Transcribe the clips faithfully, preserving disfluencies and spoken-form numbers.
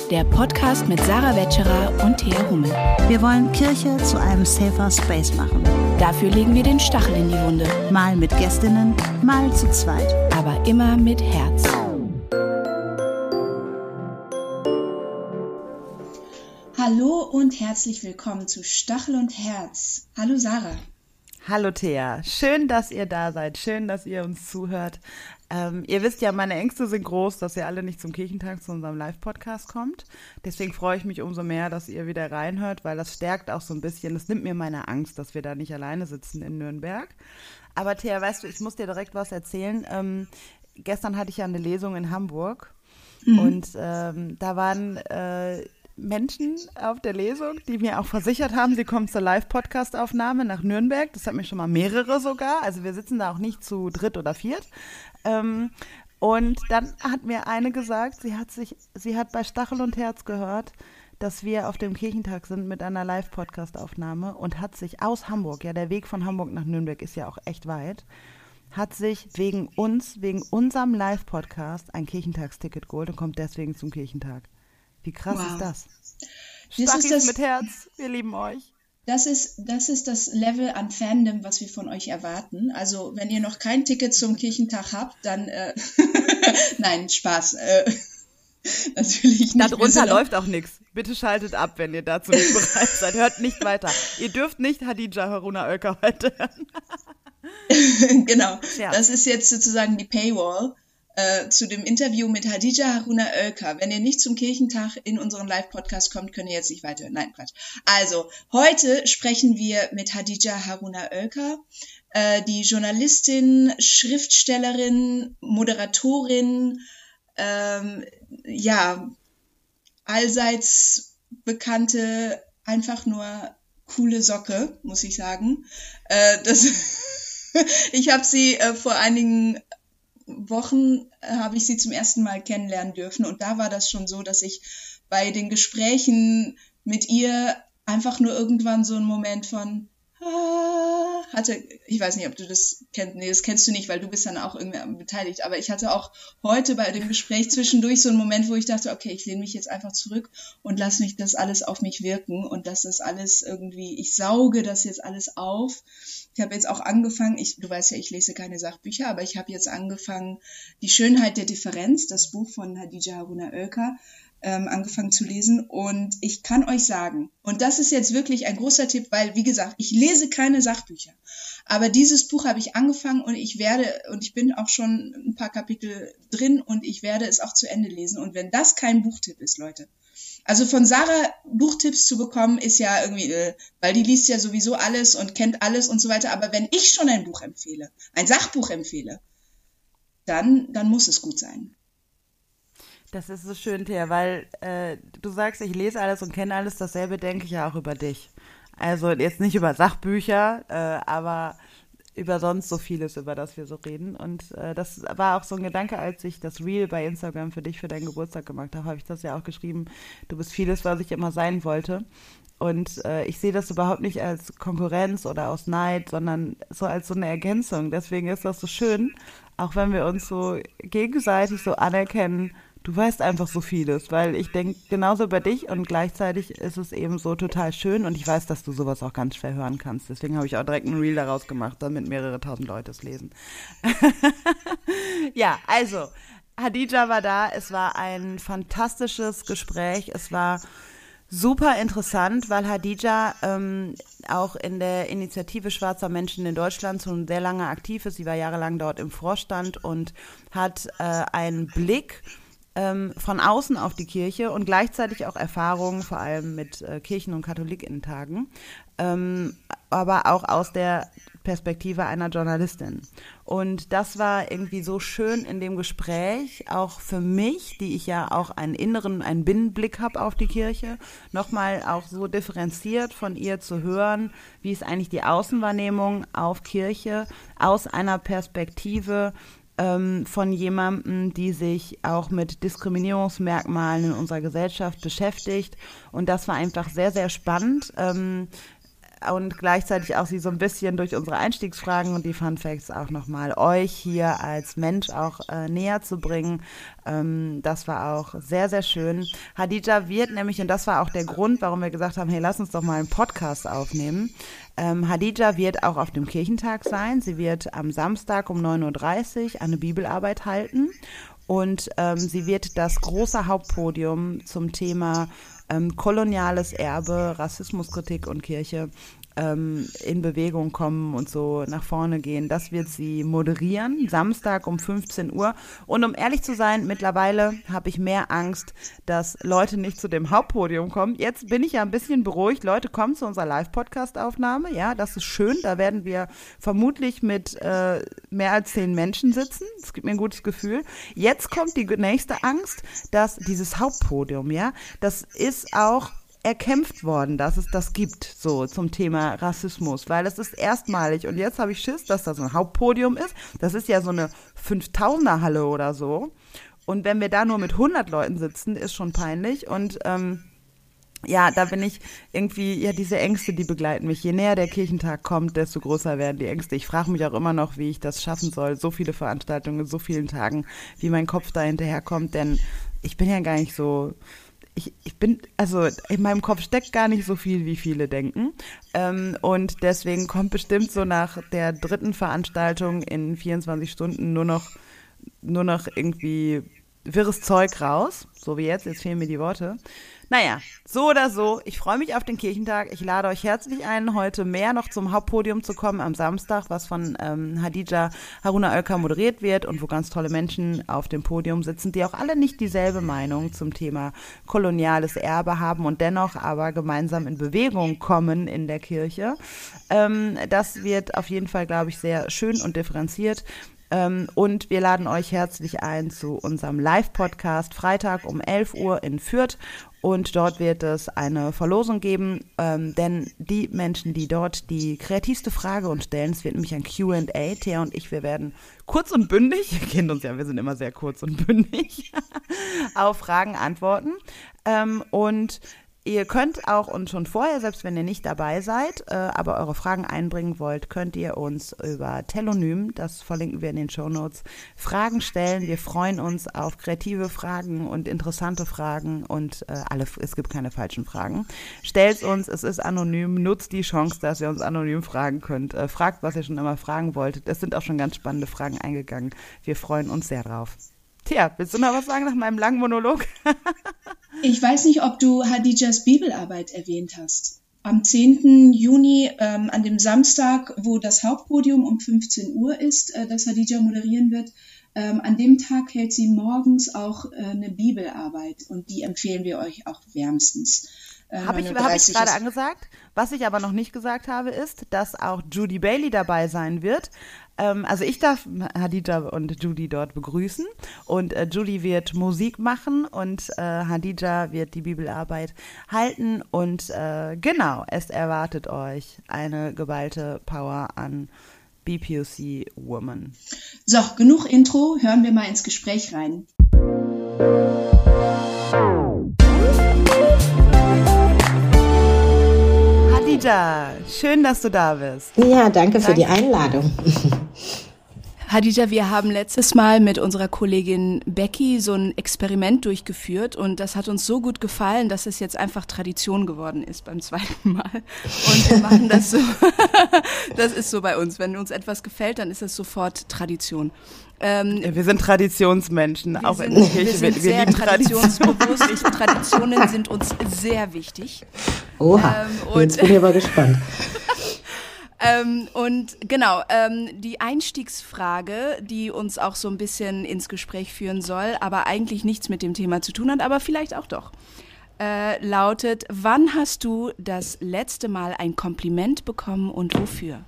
der Podcast mit Sarah Wetscherer und Thea Hummel. Wir wollen Kirche zu einem safer Space machen. Dafür legen wir den Stachel in die Wunde. Mal mit Gästinnen, mal zu zweit. Aber immer mit Herz. Hallo und herzlich willkommen zu Stachel und Herz. Hallo Sarah. Hallo Thea, schön, dass ihr da seid, schön, dass ihr uns zuhört. Ähm, ihr wisst ja, meine Ängste sind groß, dass ihr alle nicht zum Kirchentag zu unserem Live-Podcast kommt. Deswegen freue ich mich umso mehr, dass ihr wieder reinhört, weil das stärkt auch so ein bisschen, das nimmt mir meine Angst, dass wir da nicht alleine sitzen in Nürnberg. Aber Thea, weißt du, ich muss dir direkt was erzählen. Ähm, gestern hatte ich ja eine Lesung in Hamburg mhm. und ähm, da waren äh, Menschen auf der Lesung, die mir auch versichert haben, sie kommen zur Live-Podcast-Aufnahme nach Nürnberg. Das hat mir schon mal mehrere sogar. Also wir sitzen da auch nicht zu dritt oder viert. Ähm, und dann hat mir eine gesagt, sie hat sich, sie hat bei Stachel und Herz gehört, dass wir auf dem Kirchentag sind mit einer Live-Podcast-Aufnahme und hat sich aus Hamburg, ja der Weg von Hamburg nach Nürnberg ist ja auch echt weit, hat sich wegen uns, wegen unserem Live-Podcast ein Kirchentagsticket geholt und kommt deswegen zum Kirchentag. Wie krass wow. ist das? Stachis das, mit Herz, wir lieben euch. Das ist, das ist das Level an Fandom, was wir von euch erwarten. Also wenn ihr noch kein Ticket zum Kirchentag habt, dann, äh, nein, Spaß, äh, natürlich nicht. Darunter läuft auch nichts. Bitte schaltet ab, wenn ihr dazu nicht bereit seid. Hört nicht weiter. Ihr dürft nicht Hadija Haruna Oelker heute hören. Genau, ja. Das ist jetzt sozusagen die Paywall. Äh, zu dem Interview mit Hadija Haruna Oelker. Wenn ihr nicht zum Kirchentag in unseren Live-Podcast kommt, könnt ihr jetzt nicht weiter. Nein, Quatsch. Also, heute sprechen wir mit Hadija Haruna Oelker, äh, die Journalistin, Schriftstellerin, Moderatorin, ähm, ja, allseits bekannte, einfach nur coole Socke, muss ich sagen. Äh, das ich habe sie äh, vor einigen Wochen habe ich sie zum ersten Mal kennenlernen dürfen und da war das schon so, dass ich bei den Gesprächen mit ihr einfach nur irgendwann so einen Moment von ah, hatte, ich weiß nicht, ob du das kennst, nee, das kennst du nicht, weil du bist dann auch irgendwie beteiligt, aber ich hatte auch heute bei dem Gespräch zwischendurch so einen Moment, wo ich dachte, okay, ich lehne mich jetzt einfach zurück und lasse mich das alles auf mich wirken und dass das alles irgendwie, ich sauge das jetzt alles auf. Ich habe jetzt auch angefangen, ich, du weißt ja, ich lese keine Sachbücher, aber ich habe jetzt angefangen, Die Schönheit der Differenz, das Buch von Hadija Haruna Oelker, ähm, angefangen zu lesen. Und ich kann euch sagen, und das ist jetzt wirklich ein großer Tipp, weil, wie gesagt, ich lese keine Sachbücher. Aber dieses Buch habe ich angefangen und ich werde, und ich bin auch schon ein paar Kapitel drin und ich werde es auch zu Ende lesen. Und wenn das kein Buchtipp ist, Leute, also von Sarah Buchtipps zu bekommen, ist ja irgendwie, äh, weil die liest ja sowieso alles und kennt alles und so weiter. Aber wenn ich schon ein Buch empfehle, ein Sachbuch empfehle, dann, dann muss es gut sein. Das ist so schön, Thea, weil äh, du sagst, ich lese alles und kenne alles, dasselbe denke ich ja auch über dich. Also jetzt nicht über Sachbücher, äh, aber über sonst so vieles, über das wir so reden. Und äh, das war auch so ein Gedanke, als ich das Reel bei Instagram für dich, für deinen Geburtstag gemacht habe, habe ich das ja auch geschrieben. Du bist vieles, was ich immer sein wollte. Und äh, ich sehe das überhaupt nicht als Konkurrenz oder aus Neid, sondern so als so eine Ergänzung. Deswegen ist das so schön, auch wenn wir uns so gegenseitig so anerkennen, du weißt einfach so vieles, weil ich denke genauso über dich und gleichzeitig ist es eben so total schön und ich weiß, dass du sowas auch ganz schwer hören kannst. Deswegen habe ich auch direkt ein Reel daraus gemacht, damit mehrere tausend Leute es lesen. Ja, also, Hadija war da, es war ein fantastisches Gespräch, es war super interessant, weil Hadija ähm, auch in der Initiative Schwarzer Menschen in Deutschland schon sehr lange aktiv ist. Sie war jahrelang dort im Vorstand und hat äh, einen Blick von außen auf die Kirche und gleichzeitig auch Erfahrungen, vor allem mit äh, Kirchen- und Katholikinnentagen, ähm, aber auch aus der Perspektive einer Journalistin. Und das war irgendwie so schön in dem Gespräch, auch für mich, die ich ja auch einen inneren, einen Binnenblick habe auf die Kirche, nochmal auch so differenziert von ihr zu hören, wie ist eigentlich die Außenwahrnehmung auf Kirche aus einer Perspektive von jemandem, die sich auch mit Diskriminierungsmerkmalen in unserer Gesellschaft beschäftigt. Und das war einfach sehr, sehr spannend. Ähm, und gleichzeitig auch sie so ein bisschen durch unsere Einstiegsfragen und die Fun Facts auch nochmal euch hier als Mensch auch äh, näher zu bringen. Ähm, das war auch sehr, sehr schön. Hadija wird nämlich, und das war auch der Grund, warum wir gesagt haben, hey, lass uns doch mal einen Podcast aufnehmen. Ähm, Hadija wird auch auf dem Kirchentag sein. Sie wird am Samstag um neun Uhr dreißig eine Bibelarbeit halten und ähm, sie wird das große Hauptpodium zum Thema ähm, koloniales Erbe, Rassismuskritik und Kirche ähm, in Bewegung kommen und so nach vorne gehen. Das wird sie moderieren, Samstag um fünfzehn Uhr. Und um ehrlich zu sein, mittlerweile habe ich mehr Angst, dass Leute nicht zu dem Hauptpodium kommen. Jetzt bin ich ja ein bisschen beruhigt. Leute, kommen zu unserer Live-Podcast-Aufnahme. Ja, das ist schön. Da werden wir vermutlich mit äh, mehr als zehn Menschen sitzen. Das gibt mir ein gutes Gefühl. Jetzt kommt die nächste Angst, dass dieses Hauptpodium, ja, das ist auch erkämpft worden, dass es das gibt, so zum Thema Rassismus, weil es ist erstmalig und jetzt habe ich Schiss, dass das ein Hauptpodium ist. Das ist ja so eine fünftausender Halle oder so und wenn wir da nur mit hundert Leuten sitzen, ist schon peinlich und ähm, ja, da bin ich irgendwie, ja, diese Ängste, die begleiten mich. Je näher der Kirchentag kommt, desto größer werden die Ängste. Ich frage mich auch immer noch, wie ich das schaffen soll, so viele Veranstaltungen in so vielen Tagen, wie mein Kopf da hinterherkommt, denn ich bin ja gar nicht so... Ich, ich bin, also in meinem Kopf steckt gar nicht so viel, wie viele denken. Ähm, und deswegen kommt bestimmt so nach der dritten Veranstaltung in vierundzwanzig Stunden nur noch, nur noch irgendwie wirres Zeug raus. So wie jetzt, jetzt fehlen mir die Worte. Naja, so oder so, ich freue mich auf den Kirchentag. Ich lade euch herzlich ein, heute mehr noch zum Hauptpodium zu kommen am Samstag, was von ähm, Hadija Haruna Oelker moderiert wird und wo ganz tolle Menschen auf dem Podium sitzen, die auch alle nicht dieselbe Meinung zum Thema koloniales Erbe haben und dennoch aber gemeinsam in Bewegung kommen in der Kirche. Ähm, das wird auf jeden Fall, glaube ich, sehr schön und differenziert. Ähm, und wir laden euch herzlich ein zu unserem Live-Podcast Freitag um elf Uhr in Fürth. Und dort wird es eine Verlosung geben, ähm, denn die Menschen, die dort die kreativste Frage uns stellen, es wird nämlich ein Q and A, Thea und ich, wir werden kurz und bündig, ihr kennt uns ja, wir sind immer sehr kurz und bündig, auf Fragen antworten. Ähm, und ihr könnt auch uns schon vorher, selbst wenn ihr nicht dabei seid, äh, aber eure Fragen einbringen wollt, könnt ihr uns über Telonym, das verlinken wir in den Shownotes, Fragen stellen. Wir freuen uns auf kreative Fragen und interessante Fragen und äh, alle, es gibt keine falschen Fragen. Stellt uns, es ist anonym, nutzt die Chance, dass ihr uns anonym fragen könnt. Äh, fragt, was ihr schon immer fragen wolltet. Es sind auch schon ganz spannende Fragen eingegangen. Wir freuen uns sehr drauf. Tja, willst du noch was sagen nach meinem langen Monolog? Ich weiß nicht, ob du Hadijas Bibelarbeit erwähnt hast. Am zehnten Juni, ähm, an dem Samstag, wo das Hauptpodium um fünfzehn Uhr ist, äh, das Hadija moderieren wird, ähm, an dem Tag hält sie morgens auch äh, eine Bibelarbeit und die empfehlen wir euch auch wärmstens. Äh, Habe ich, hab ich gerade angesagt. Was ich aber noch nicht gesagt habe, ist, dass auch Judy Bailey dabei sein wird. Ähm, also ich darf Hadija und Judy dort begrüßen und äh, Judy wird Musik machen und äh, Hadija wird die Bibelarbeit halten und äh, genau, es erwartet euch eine geballte Power an B P O C Woman. So, genug Intro, hören wir mal ins Gespräch rein. Hadija, schön, dass du da bist. Ja, danke für danke. die Einladung. Hadija, wir haben letztes Mal mit unserer Kollegin Becky so ein Experiment durchgeführt und das hat uns so gut gefallen, dass es jetzt einfach Tradition geworden ist beim zweiten Mal. Und wir machen das so, das ist so bei uns. Wenn uns etwas gefällt, dann ist es sofort Tradition. Ähm, ja, wir sind Traditionsmenschen, wir auch sind, in der Kirche. Wir sind wir, wir sehr lieben traditionsbewusst. Tradition. Traditionen sind uns sehr wichtig. Oha, ähm, jetzt bin ich aber gespannt. Ähm, und genau, ähm, die Einstiegsfrage, die uns auch so ein bisschen ins Gespräch führen soll, aber eigentlich nichts mit dem Thema zu tun hat, aber vielleicht auch doch, äh, lautet, wann hast du das letzte Mal ein Kompliment bekommen und wofür?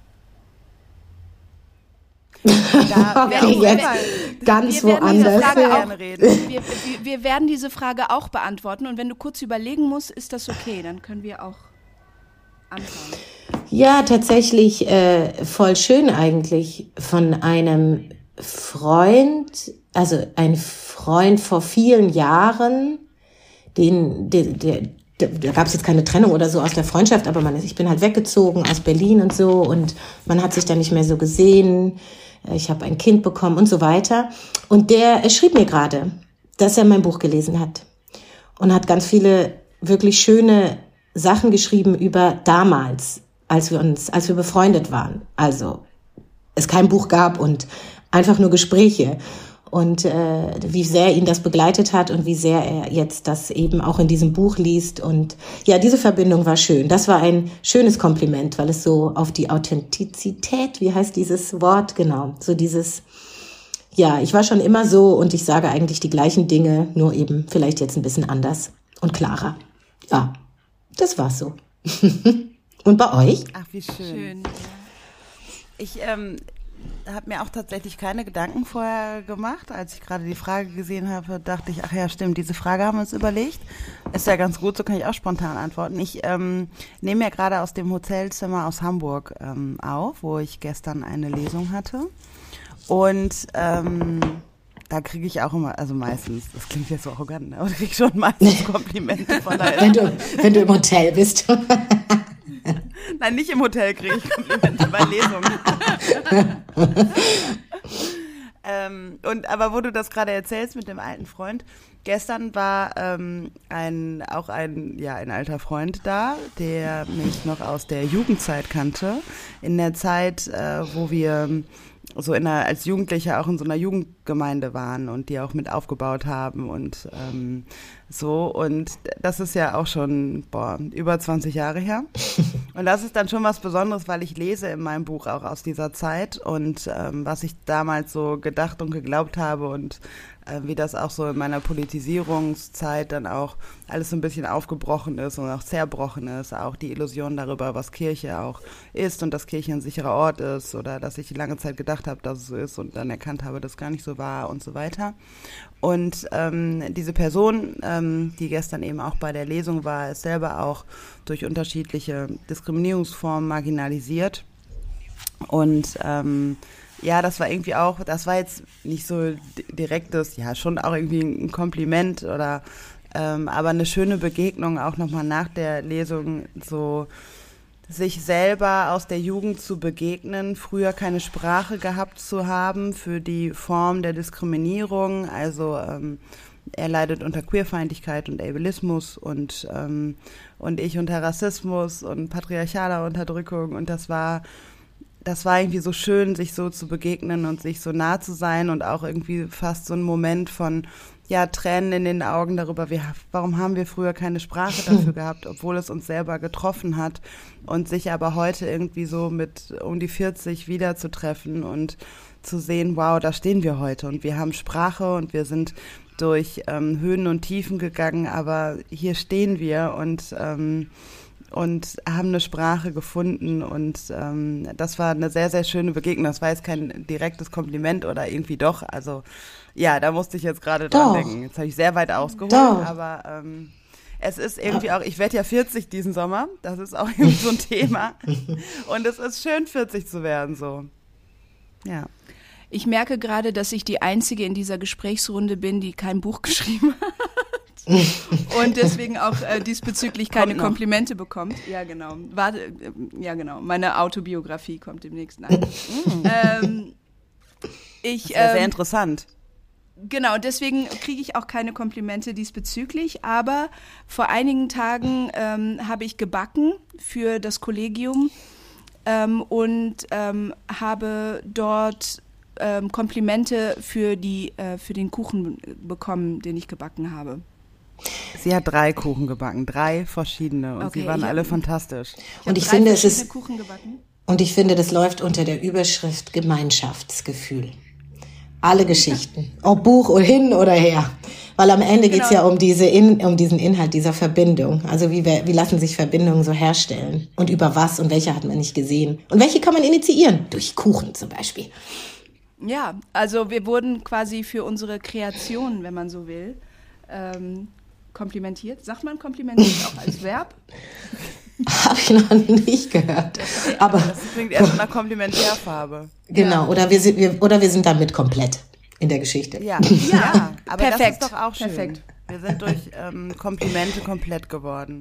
Da okay, wir, jetzt wir, ganz wir woanders. Auch, wir, wir, wir werden diese Frage auch beantworten und wenn du kurz überlegen musst, ist das okay, dann können wir auch anfangen. Ja, tatsächlich äh, voll schön eigentlich von einem Freund, also ein Freund vor vielen Jahren, den, der, der, da, da gab es jetzt keine Trennung oder so aus der Freundschaft, aber man, ich bin halt weggezogen aus Berlin und so und man hat sich dann nicht mehr so gesehen. Ich habe ein Kind bekommen und so weiter. Und der er schrieb mir gerade, dass er mein Buch gelesen hat und hat ganz viele wirklich schöne Sachen geschrieben über damals, als wir uns, als wir befreundet waren. Also es kein Buch gab und einfach nur Gespräche. Und äh, wie sehr ihn das begleitet hat und wie sehr er jetzt das eben auch in diesem Buch liest. Und ja, diese Verbindung war schön. Das war ein schönes Kompliment, weil es so auf die Authentizität, wie heißt dieses Wort? Genau, so dieses, ja, ich war schon immer so und ich sage eigentlich die gleichen Dinge, nur eben vielleicht jetzt ein bisschen anders und klarer. Ja, das war's so. Und bei euch? Ach, wie schön. Schön. Ich ähm, habe mir auch tatsächlich keine Gedanken vorher gemacht. Als ich gerade die Frage gesehen habe, dachte ich, ach ja, stimmt, diese Frage haben wir uns überlegt. Ist ja ganz gut, so kann ich auch spontan antworten. Ich ähm, nehme ja gerade aus dem Hotelzimmer aus Hamburg ähm, auf, wo ich gestern eine Lesung hatte. Und ähm, da kriege ich auch immer, also meistens, das klingt jetzt so arrogant, aber kriege ich schon meistens Komplimente von der wenn du, wenn du im Hotel bist. Nein, nicht im Hotel kriege ich Komplimente, bei Lesungen. ähm, und aber wo du das gerade erzählst mit dem alten Freund, gestern war ähm, ein auch ein ja ein alter Freund da, der mich noch aus der Jugendzeit kannte, in der Zeit, äh, wo wir so in einer, als Jugendliche auch in so einer Jugendgemeinde waren und die auch mit aufgebaut haben und ähm, so. Und das ist ja auch schon, boah, über zwanzig Jahre her. Und das ist dann schon was Besonderes, weil ich lese in meinem Buch auch aus dieser Zeit und ähm, was ich damals so gedacht und geglaubt habe und äh, wie das auch so in meiner Politisierungszeit dann auch alles so ein bisschen aufgebrochen ist und auch zerbrochen ist. Auch die Illusion darüber, was Kirche auch ist und dass Kirche ein sicherer Ort ist oder dass ich lange Zeit gedacht habe, dass es so ist und dann erkannt habe, dass es gar nicht so war und so weiter. Und ähm, diese Person, ähm, die gestern eben auch bei der Lesung war, ist selber auch durch unterschiedliche Diskriminierungsformen marginalisiert. Und ähm, ja, das war irgendwie auch, das war jetzt nicht so direktes, ja schon auch irgendwie ein Kompliment oder ähm, aber eine schöne Begegnung auch nochmal nach der Lesung, so sich selber aus der Jugend zu begegnen, früher keine Sprache gehabt zu haben für die Form der Diskriminierung, also ähm, er leidet unter Queerfeindlichkeit und Ableismus und ähm, und ich unter Rassismus und patriarchaler Unterdrückung und das war das war irgendwie so schön, sich so zu begegnen und sich so nah zu sein und auch irgendwie fast so ein Moment von ja, Tränen in den Augen darüber, wie, warum haben wir früher keine Sprache dafür gehabt, obwohl es uns selber getroffen hat und sich aber heute irgendwie so mit um die vierzig wiederzutreffen und zu sehen, wow, da stehen wir heute und wir haben Sprache und wir sind durch ähm, Höhen und Tiefen gegangen, aber hier stehen wir und ähm, und haben eine Sprache gefunden und ähm, das war eine sehr, sehr schöne Begegnung. Das war jetzt kein direktes Kompliment oder irgendwie doch, also ja, da musste ich jetzt gerade dran denken. Jetzt habe ich sehr weit ausgeholt, doch. aber ähm, es ist irgendwie auch, ich werde ja vierzig diesen Sommer, das ist auch irgendwie so ein Thema und es ist schön, vierzig zu werden, so, ja. Ich merke gerade, dass ich die Einzige in dieser Gesprächsrunde bin, die kein Buch geschrieben hat. Und deswegen auch äh, diesbezüglich keine Komplimente bekommt. Ja, genau. Warte, äh, ja, genau. Meine Autobiografie kommt demnächst nach. ähm, ich, das wäre ähm, sehr interessant. Genau, deswegen kriege ich auch keine Komplimente diesbezüglich. Aber vor einigen Tagen ähm, habe ich gebacken für das Kollegium ähm, und ähm, habe dort ähm, Komplimente für, die, äh, für den Kuchen bekommen, den ich gebacken habe. Sie hat drei Kuchen gebacken, drei verschiedene und okay, sie waren ich alle hab, fantastisch. Ich und ich drei finde, es ist Kuchen gebacken. Und ich finde, das läuft unter der Überschrift Gemeinschaftsgefühl. Alle Geschichten, ob Buch oder hin oder her, weil am Ende genau. geht's ja um diese in, um diesen Inhalt dieser Verbindung. Also wie wir, wie lassen sich Verbindungen so herstellen und über was und welche hat man nicht gesehen und welche kann man initiieren durch Kuchen zum Beispiel. Ja, also wir wurden quasi für unsere Kreation, wenn man so will, ähm, komplimentiert. Sagt man komplimentiert auch als Verb? Habe ich noch nicht gehört. Aber das klingt erst nach Komplementärfarbe. Genau, ja. oder wir sind wir oder wir sind damit komplett in der Geschichte. Ja, ja, aber perfekt. Das ist doch auch schön. Perfekt. Wir sind durch ähm, Komplimente komplett geworden.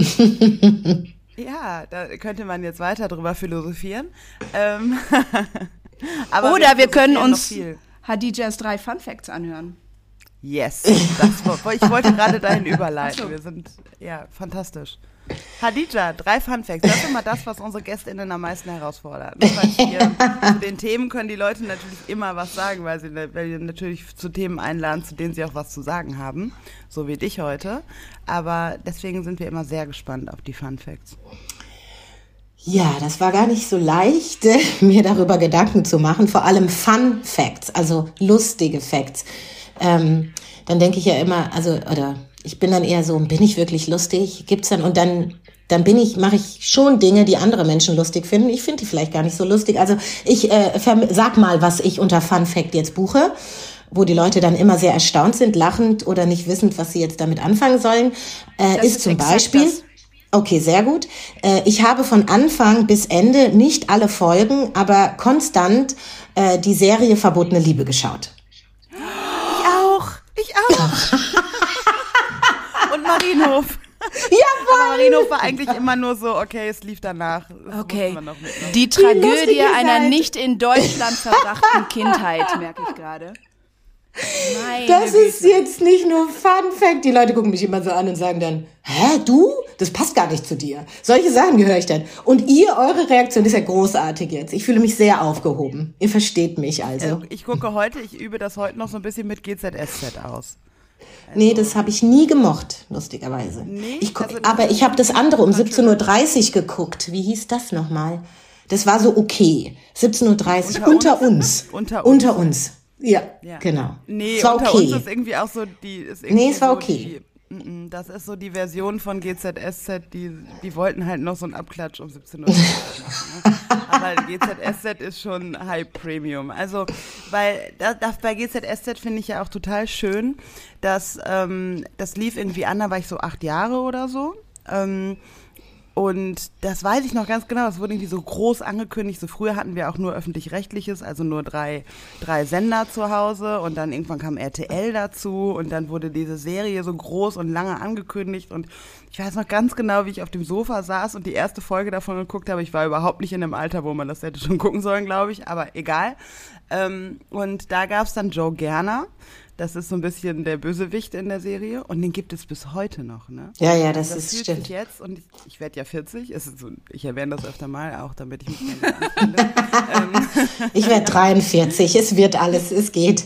Ja, da könnte man jetzt weiter drüber philosophieren. Ähm, aber Oder wir, wir können noch uns viel. Hadijas drei Fun Facts anhören. Yes, das, ich wollte gerade dahin überleiten. Ach so. Wir sind, ja, fantastisch. Hadija, drei Fun Facts. Das ist immer das, was unsere GästInnen am meisten herausfordert. Ne? Weil hier, zu den Themen können die Leute natürlich immer was sagen, weil sie weil wir natürlich zu Themen einladen, zu denen sie auch was zu sagen haben. So wie dich heute. Aber deswegen sind wir immer sehr gespannt auf die Fun Facts. Ja, das war gar nicht so leicht, mir darüber Gedanken zu machen. Vor allem Fun Facts, also lustige Facts. Ähm, dann denke ich ja immer, also, oder ich bin dann eher so, bin ich wirklich lustig? Gibt's dann, und dann, dann bin ich, mache ich schon Dinge, die andere Menschen lustig finden. Ich finde die vielleicht gar nicht so lustig. Also ich äh, sag mal, was ich unter Fun Fact jetzt buche, wo die Leute dann immer sehr erstaunt sind, lachend oder nicht wissend, was sie jetzt damit anfangen sollen, äh, ist, ist zum Beispiel, das. Okay, sehr gut. Äh, ich habe von Anfang bis Ende nicht alle Folgen, aber konstant äh, die Serie Verbotene Liebe geschaut. Ich auch. Und Marienhof. Jawohl. Marienhof war eigentlich immer nur so, okay, es lief danach. Das okay. Man noch mit, ne? Die Tragödie einer nicht in Deutschland verbrachten Kindheit, merke ich gerade. Meine das Güte. ist jetzt nicht nur Fun Fact. Die Leute gucken mich immer so an und sagen dann, hä, du? Das passt gar nicht zu dir. Solche Sachen höre ich dann. Und ihr, eure Reaktion ist ja großartig jetzt. Ich fühle mich sehr aufgehoben. Ihr versteht mich also. Äh, ich gucke heute, ich übe das heute noch so ein bisschen mit G Z S Z aus. Also, nee, das habe ich nie gemocht, lustigerweise. Nee, ich gu- also aber ich habe das andere um siebzehn Uhr dreißig geguckt. Wie hieß das nochmal? Das war so okay. siebzehn Uhr dreißig. Unter, unter uns. Unter uns. Unter uns. Ja, ja, genau. Nee, es war unter okay. uns ist irgendwie auch so die... Ist irgendwie nee, es war so okay. Die, das ist so die Version von G Z S Z, die, die wollten halt noch so einen Abklatsch um siebzehn Uhr dreißig machen. Ne? Aber G Z S Z ist schon High Premium. Also, weil da, da, bei G Z S Z finde ich ja auch total schön, dass ähm, das lief irgendwie an, da war ich so acht Jahre oder so. Ähm, Und das weiß ich noch ganz genau, das wurde irgendwie so groß angekündigt. So früher hatten wir auch nur Öffentlich-Rechtliches, also nur drei, drei Sender zu Hause und dann irgendwann kam R T L dazu und dann wurde diese Serie so groß und lange angekündigt und ich weiß noch ganz genau, wie ich auf dem Sofa saß und die erste Folge davon geguckt habe. Ich war überhaupt nicht in einem Alter, wo man das hätte schon gucken sollen, glaube ich, aber egal. Und da gab es dann Joe Gerner. Das ist so ein bisschen der Bösewicht in der Serie und den gibt es bis heute noch, ne? Ja, ja, das, das ist fühlt stimmt. Sich jetzt und ich, ich werde ja vierzig, es ist so, ich erwähne das öfter mal, auch damit ich mich nicht anfinde. ähm. Ich werde dreiundvierzig, es wird alles, es geht.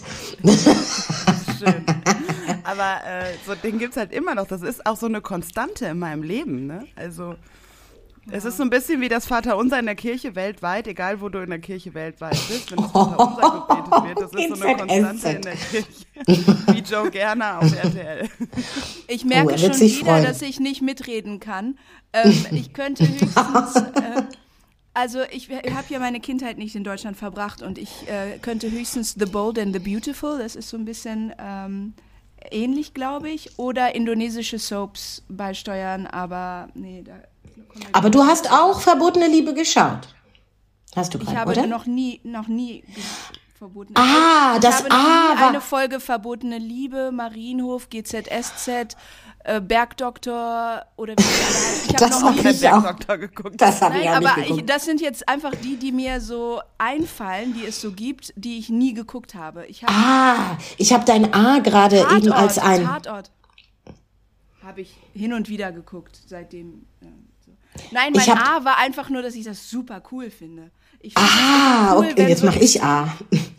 Schön. Aber äh, so den gibt's halt immer noch, das ist auch so eine Konstante in meinem Leben, ne? Also es ist so ein bisschen wie das Vaterunser in der Kirche weltweit, egal wo du in der Kirche weltweit bist, wenn das Vaterunser gebetet wird, das ist so eine Konstante in der Kirche, wie Joe Gerner auf R T L. Ich merke oh, schon wieder, freuen. dass ich nicht mitreden kann. Ähm, ich könnte höchstens, äh, also ich habe ja meine Kindheit nicht in Deutschland verbracht und ich äh, könnte höchstens The Bold and the Beautiful, das ist so ein bisschen ähm, ähnlich, glaube ich, oder indonesische Soaps beisteuern, aber nee, da... Aber du hast auch Verbotene Liebe geschaut. Hast du gerade, Ich habe oder? noch nie, noch nie ge- verbotene Ah, ich das habe noch A nie war- eine Folge Verbotene Liebe, Marienhof, G Z S Z, äh, Bergdoktor oder wie die alle heißen. Ich habe Das noch hab nie ich auch. Bergdoktor geguckt. Das habe ich Nein, auch aber nicht ich, geguckt. das sind jetzt einfach die, die mir so einfallen, die es so gibt, die ich nie geguckt habe. Ich habe Ah, ich habe dein A gerade Tatort, eben als ein... Tatort habe ich hin und wieder geguckt, seitdem. Ja, so. Nein, mein Ich hab- A war einfach nur, dass ich das super cool finde. Ich find Ah, das so cool, okay, wenn jetzt so mache ich A.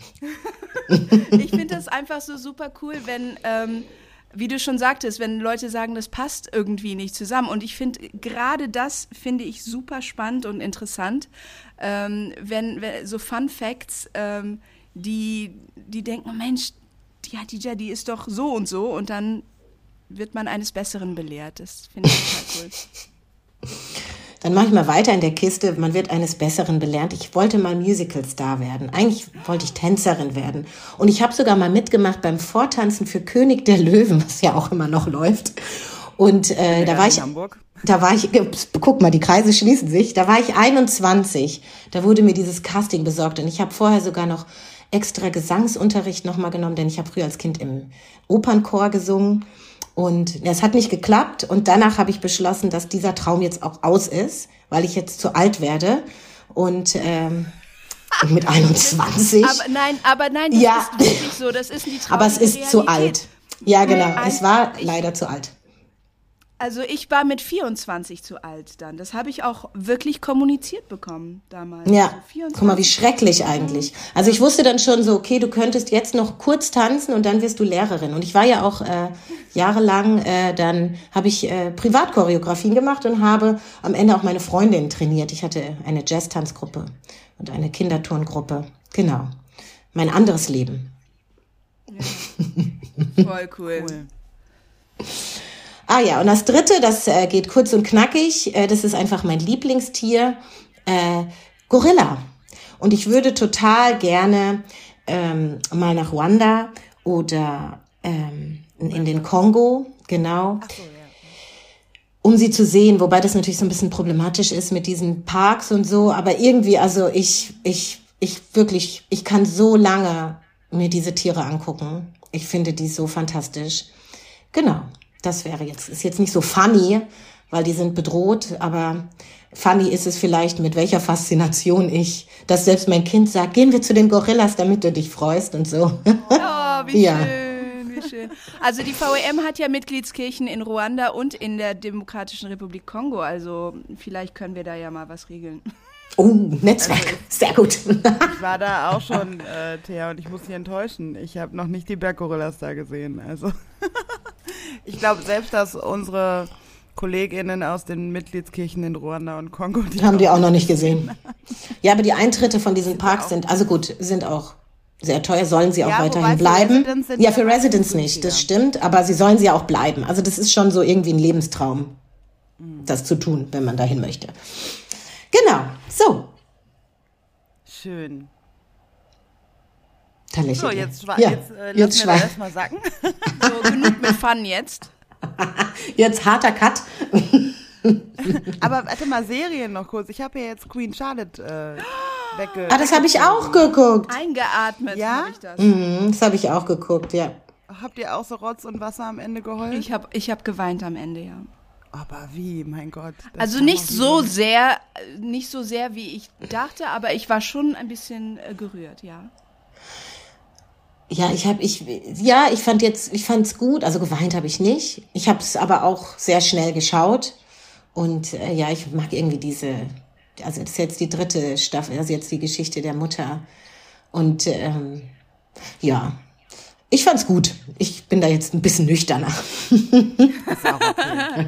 Ich finde das einfach so super cool, wenn, ähm, wie du schon sagtest, wenn Leute sagen, das passt irgendwie nicht zusammen. Und ich finde, gerade das finde ich super spannend und interessant, ähm, wenn, wenn so Fun Facts, ähm, die, die denken, Mensch, die Hadija, die ist doch so und so. Und dann wird man eines Besseren belehrt. Das finde ich total cool. Dann mache ich mal weiter in der Kiste. Man wird eines Besseren belehrt. Ich wollte mal Musical-Star werden. Eigentlich wollte ich Tänzerin werden. Und ich habe sogar mal mitgemacht beim Vortanzen für König der Löwen, was ja auch immer noch läuft. Und äh, da war ich, Hamburg. da war ich, guck mal, die Kreise schließen sich. Da war ich einundzwanzig. Da wurde mir dieses Casting besorgt. Und ich habe vorher sogar noch extra Gesangsunterricht nochmal genommen, denn ich habe früher als Kind im Opernchor gesungen. Und es hat nicht geklappt und danach habe ich beschlossen, dass dieser Traum jetzt auch aus ist, weil ich jetzt zu alt werde und ähm, mit einundzwanzig. Aber nein, aber nein, das ja. ist wirklich so, das ist die traurige Aber es ist Realität. zu alt. Ja, genau, Nein, es war ich, leider zu alt. Also ich war mit vierundzwanzig zu alt dann. Das habe ich auch wirklich kommuniziert bekommen damals. Ja, also vierundzwanzig. guck mal, wie schrecklich eigentlich. Also ich wusste dann schon so, okay, du könntest jetzt noch kurz tanzen und dann wirst du Lehrerin. Und ich war ja auch äh, jahrelang, äh, dann habe ich äh, Privatchoreografien gemacht und habe am Ende auch meine Freundinnen trainiert. Ich hatte eine Jazz-Tanzgruppe und eine Kinderturngruppe. Genau, mein anderes Leben. Ja. Voll cool. Cool. Ah ja, und das dritte, das äh, geht kurz und knackig, äh, das ist einfach mein Lieblingstier, äh, Gorilla. Und ich würde total gerne ähm, mal nach Ruanda oder ähm, in den Kongo, genau, Ach so, ja. um sie zu sehen, wobei das natürlich so ein bisschen problematisch ist mit diesen Parks und so, aber irgendwie, also ich, ich, ich wirklich, ich kann so lange mir diese Tiere angucken. Ich finde die so fantastisch. Genau. Das wäre jetzt, ist jetzt nicht so funny, weil die sind bedroht, aber funny ist es vielleicht, mit welcher Faszination ich, dass selbst mein Kind sagt, gehen wir zu den Gorillas, damit du dich freust und so. Oh, wie Ja. schön, wie schön. Also die V E M hat ja Mitgliedskirchen in Ruanda und in der Demokratischen Republik Kongo, also vielleicht können wir da ja mal was regeln. Oh, Netzwerk, sehr gut. Ich war da auch schon, äh, Thea, und ich muss dich enttäuschen. Ich habe noch nicht die Berggorillas da gesehen. Also ich glaube selbst, dass unsere KollegInnen aus den Mitgliedskirchen in Ruanda und Kongo, die Haben die auch noch nicht gesehen. Ja, aber die Eintritte von diesen Parks sind, also gut, sind auch sehr teuer, sollen sie auch Ja, wobei weiterhin für bleiben. Residents sind Ja, die für aber Residents günstiger. nicht, das stimmt, aber sie sollen sie ja auch bleiben. Also das ist schon so irgendwie ein Lebenstraum, das zu tun, wenn man dahin möchte. Genau, so. Schön. Da lächelt So, er. jetzt, schwa- ja, jetzt äh, jetzt, lassen wir schwa- das erstmal sacken. So, genug mit Fun jetzt. jetzt harter Cut. Aber warte mal, Serien noch kurz. Ich habe ja jetzt Queen Charlotte äh, wegge... Ah, das habe ich auch geguckt. Eingeatmet Ja? habe ich das. Mhm, das habe ich auch geguckt, ja. Habt ihr auch so Rotz und Wasser am Ende geheult? Ich habe ich hab geweint am Ende, ja. Aber wie, mein Gott. das Also kann nicht doch so nicht- sehr, äh, nicht so sehr, wie ich dachte, aber ich war schon ein bisschen äh, gerührt, ja. Ja, ich habe ich ja, ich fand jetzt, ich fand's gut, also geweint habe ich nicht. Ich habe es aber auch sehr schnell geschaut und äh, ja, ich mag irgendwie diese, also das ist jetzt die dritte Staffel, also jetzt die Geschichte der Mutter und ähm, ja, ich fand's gut. Ich bin da jetzt ein bisschen nüchterner. Ist auch okay.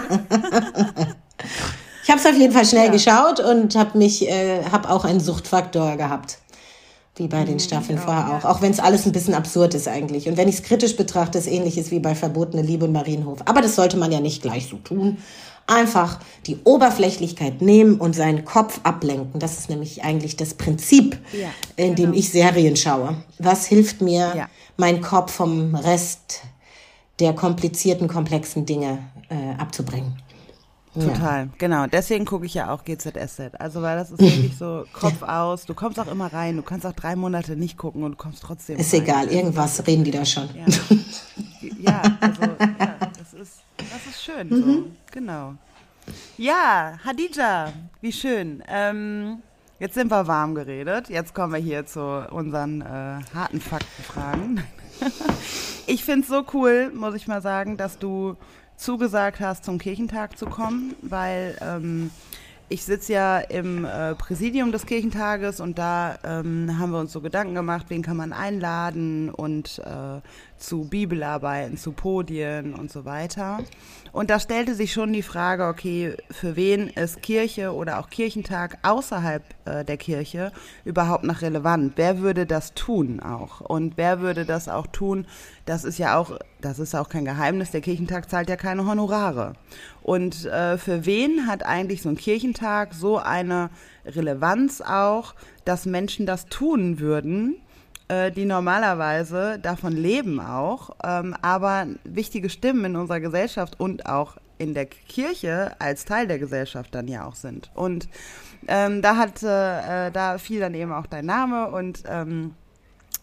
Ich habe es auf jeden Fall schnell Ja. geschaut und habe mich, äh, habe auch einen Suchtfaktor gehabt. Wie bei den Staffeln vorher auch. Auch wenn es alles ein bisschen absurd ist eigentlich. Und wenn ich es kritisch betrachte, ist ähnliches wie bei Verbotene Liebe und Marienhof. Aber das sollte man ja nicht gleich so tun. Einfach die Oberflächlichkeit nehmen und seinen Kopf ablenken. Das ist nämlich eigentlich das Prinzip, Ja, in dem genau. ich Serien schaue. Was hilft mir, Ja. meinen Kopf vom Rest der komplizierten, komplexen Dinge äh, abzubringen? Total, genau. Deswegen gucke ich ja auch G Z S Z. Also weil das ist wirklich so Kopf aus. Du kommst auch immer rein. Du kannst auch drei Monate nicht gucken und du kommst trotzdem Ist rein. egal, irgendwas reden die da schon. Ja, ja, also ja, das ist, das ist schön so. Genau. Ja, Hadija, wie schön. Ähm, jetzt sind wir warm geredet. Jetzt kommen wir hier zu unseren äh, harten Faktenfragen. Ich finde es so cool, muss ich mal sagen, dass du zugesagt hast, zum Kirchentag zu kommen, weil ähm, ich sitze ja im äh, Präsidium des Kirchentages und da ähm, haben wir uns so Gedanken gemacht, wen kann man einladen und äh, zu Bibelarbeiten, zu Podien und so weiter. Und da stellte sich schon die Frage, okay, für wen ist Kirche oder auch Kirchentag außerhalb äh, der Kirche überhaupt noch relevant? Wer würde das tun auch? Und wer würde das auch tun? Das ist ja auch, das ist auch kein Geheimnis, der Kirchentag zahlt ja keine Honorare. Und äh, für wen hat eigentlich so ein Kirchentag so eine Relevanz auch, dass Menschen das tun würden, äh, die normalerweise davon leben auch, ähm, aber wichtige Stimmen in unserer Gesellschaft und auch in der Kirche als Teil der Gesellschaft dann ja auch sind. Und ähm, da hat, äh, da fiel dann eben auch dein Name und ähm,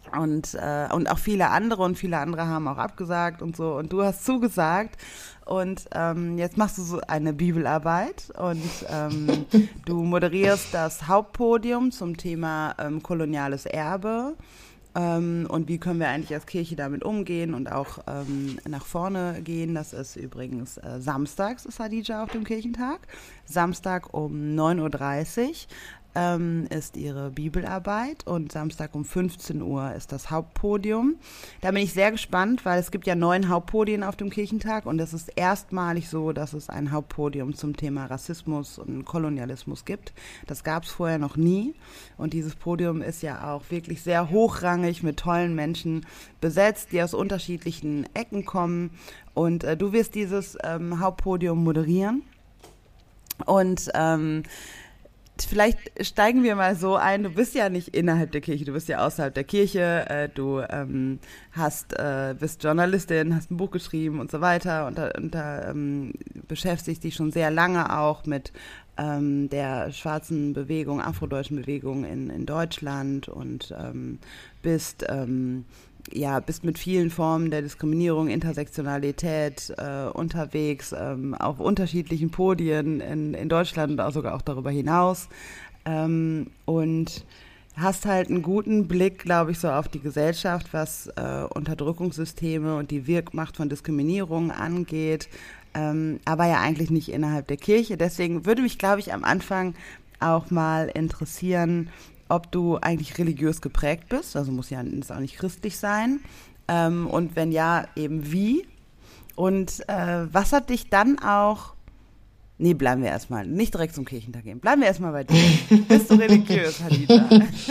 Und, äh, und auch viele andere und viele andere haben auch abgesagt und so. Und du hast zugesagt. Und ähm, jetzt machst du so eine Bibelarbeit und ähm, du moderierst das Hauptpodium zum Thema ähm, koloniales Erbe ähm, und wie können wir eigentlich als Kirche damit umgehen und auch ähm, nach vorne gehen. Das ist übrigens äh, samstags ist Hadija auf dem Kirchentag, Samstag um neun Uhr dreißig. Ähm, ist ihre Bibelarbeit und Samstag um fünfzehn Uhr ist das Hauptpodium. Da bin ich sehr gespannt, weil es gibt ja neun Hauptpodien auf dem Kirchentag und es ist erstmalig so, dass es ein Hauptpodium zum Thema Rassismus und Kolonialismus gibt. Das gab es vorher noch nie und dieses Podium ist ja auch wirklich sehr hochrangig mit tollen Menschen besetzt, die aus unterschiedlichen Ecken kommen und äh, du wirst dieses ähm, Hauptpodium moderieren und ähm, vielleicht steigen wir mal so ein, du bist ja nicht innerhalb der Kirche, du bist ja außerhalb der Kirche, äh, du ähm, hast, äh, bist Journalistin, hast ein Buch geschrieben und so weiter und da, und da ähm, beschäftigst dich schon sehr lange auch mit ähm, der schwarzen Bewegung, afrodeutschen Bewegung in, in Deutschland und ähm, bist ähm, ja, bist mit vielen Formen der Diskriminierung, Intersektionalität äh, unterwegs, ähm, auf unterschiedlichen Podien in, in Deutschland und auch sogar auch darüber hinaus ähm, und hast halt einen guten Blick, glaube ich, so auf die Gesellschaft, was äh, Unterdrückungssysteme und die Wirkmacht von Diskriminierung angeht, ähm, aber ja eigentlich nicht innerhalb der Kirche. Deswegen würde mich, glaube ich, am Anfang auch mal interessieren, ob du eigentlich religiös geprägt bist, also muss ja ist auch nicht christlich sein, ähm, und wenn ja, eben wie? Und äh, was hat dich dann auch, nee, bleiben wir erstmal, nicht direkt zum Kirchentag gehen, bleiben wir erstmal bei dir. Bist du religiös, Hadija?